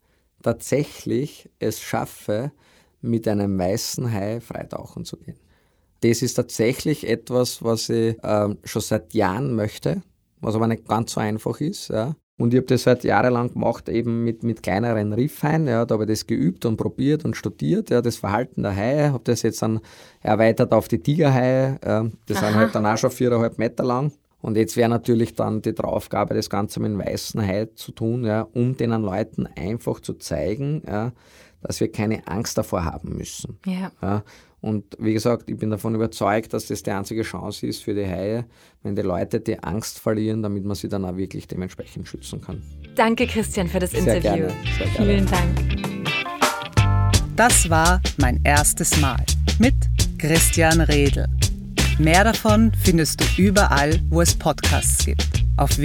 tatsächlich es schaffe, mit einem weißen Hai freitauchen zu gehen. Das ist tatsächlich etwas, was ich schon seit Jahren möchte, was aber nicht ganz so einfach ist. Ja. Und ich habe das halt jahrelang gemacht, eben mit kleineren Riffhaien. Ja, da habe ich das geübt und probiert und studiert, ja, das Verhalten der Haie. Habe das jetzt dann erweitert auf die Tigerhaie. Das sind halt dann auch schon 4,5 Meter lang. Und jetzt wäre natürlich dann die Aufgabe, das Ganze mit einem weißen Hai zu tun, ja, um den Leuten einfach zu zeigen, ja, dass wir keine Angst davor haben müssen. Ja. Ja. Und wie gesagt, ich bin davon überzeugt, dass das die einzige Chance ist für die Haie, wenn die Leute die Angst verlieren, damit man sie dann auch wirklich dementsprechend schützen kann. Danke, Christian, für das Interview. Gerne, sehr gerne. Vielen Dank. Das war mein erstes Mal mit Christian Redl. Mehr davon findest du überall, wo es Podcasts gibt. Auf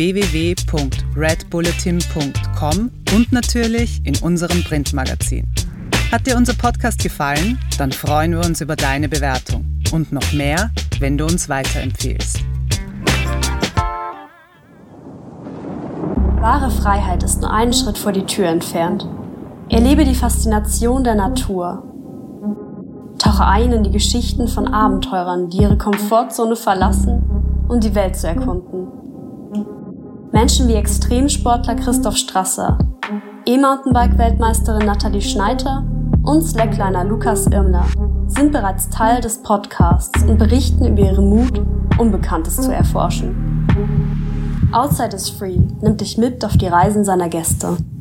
www.redbulletin.com und natürlich in unserem Printmagazin. Hat dir unser Podcast gefallen? Dann freuen wir uns über deine Bewertung. Und noch mehr, wenn du uns weiterempfehlst. Wahre Freiheit ist nur einen Schritt vor die Tür entfernt. Erlebe die Faszination der Natur. Tauche ein in die Geschichten von Abenteurern, die ihre Komfortzone verlassen, um die Welt zu erkunden. Menschen wie Extremsportler Christoph Strasser, E-Mountainbike-Weltmeisterin Nathalie Schneider und Slackliner Lukas Irmler sind bereits Teil des Podcasts und berichten über ihren Mut, Unbekanntes zu erforschen. Outside is Free nimmt dich mit auf die Reisen seiner Gäste.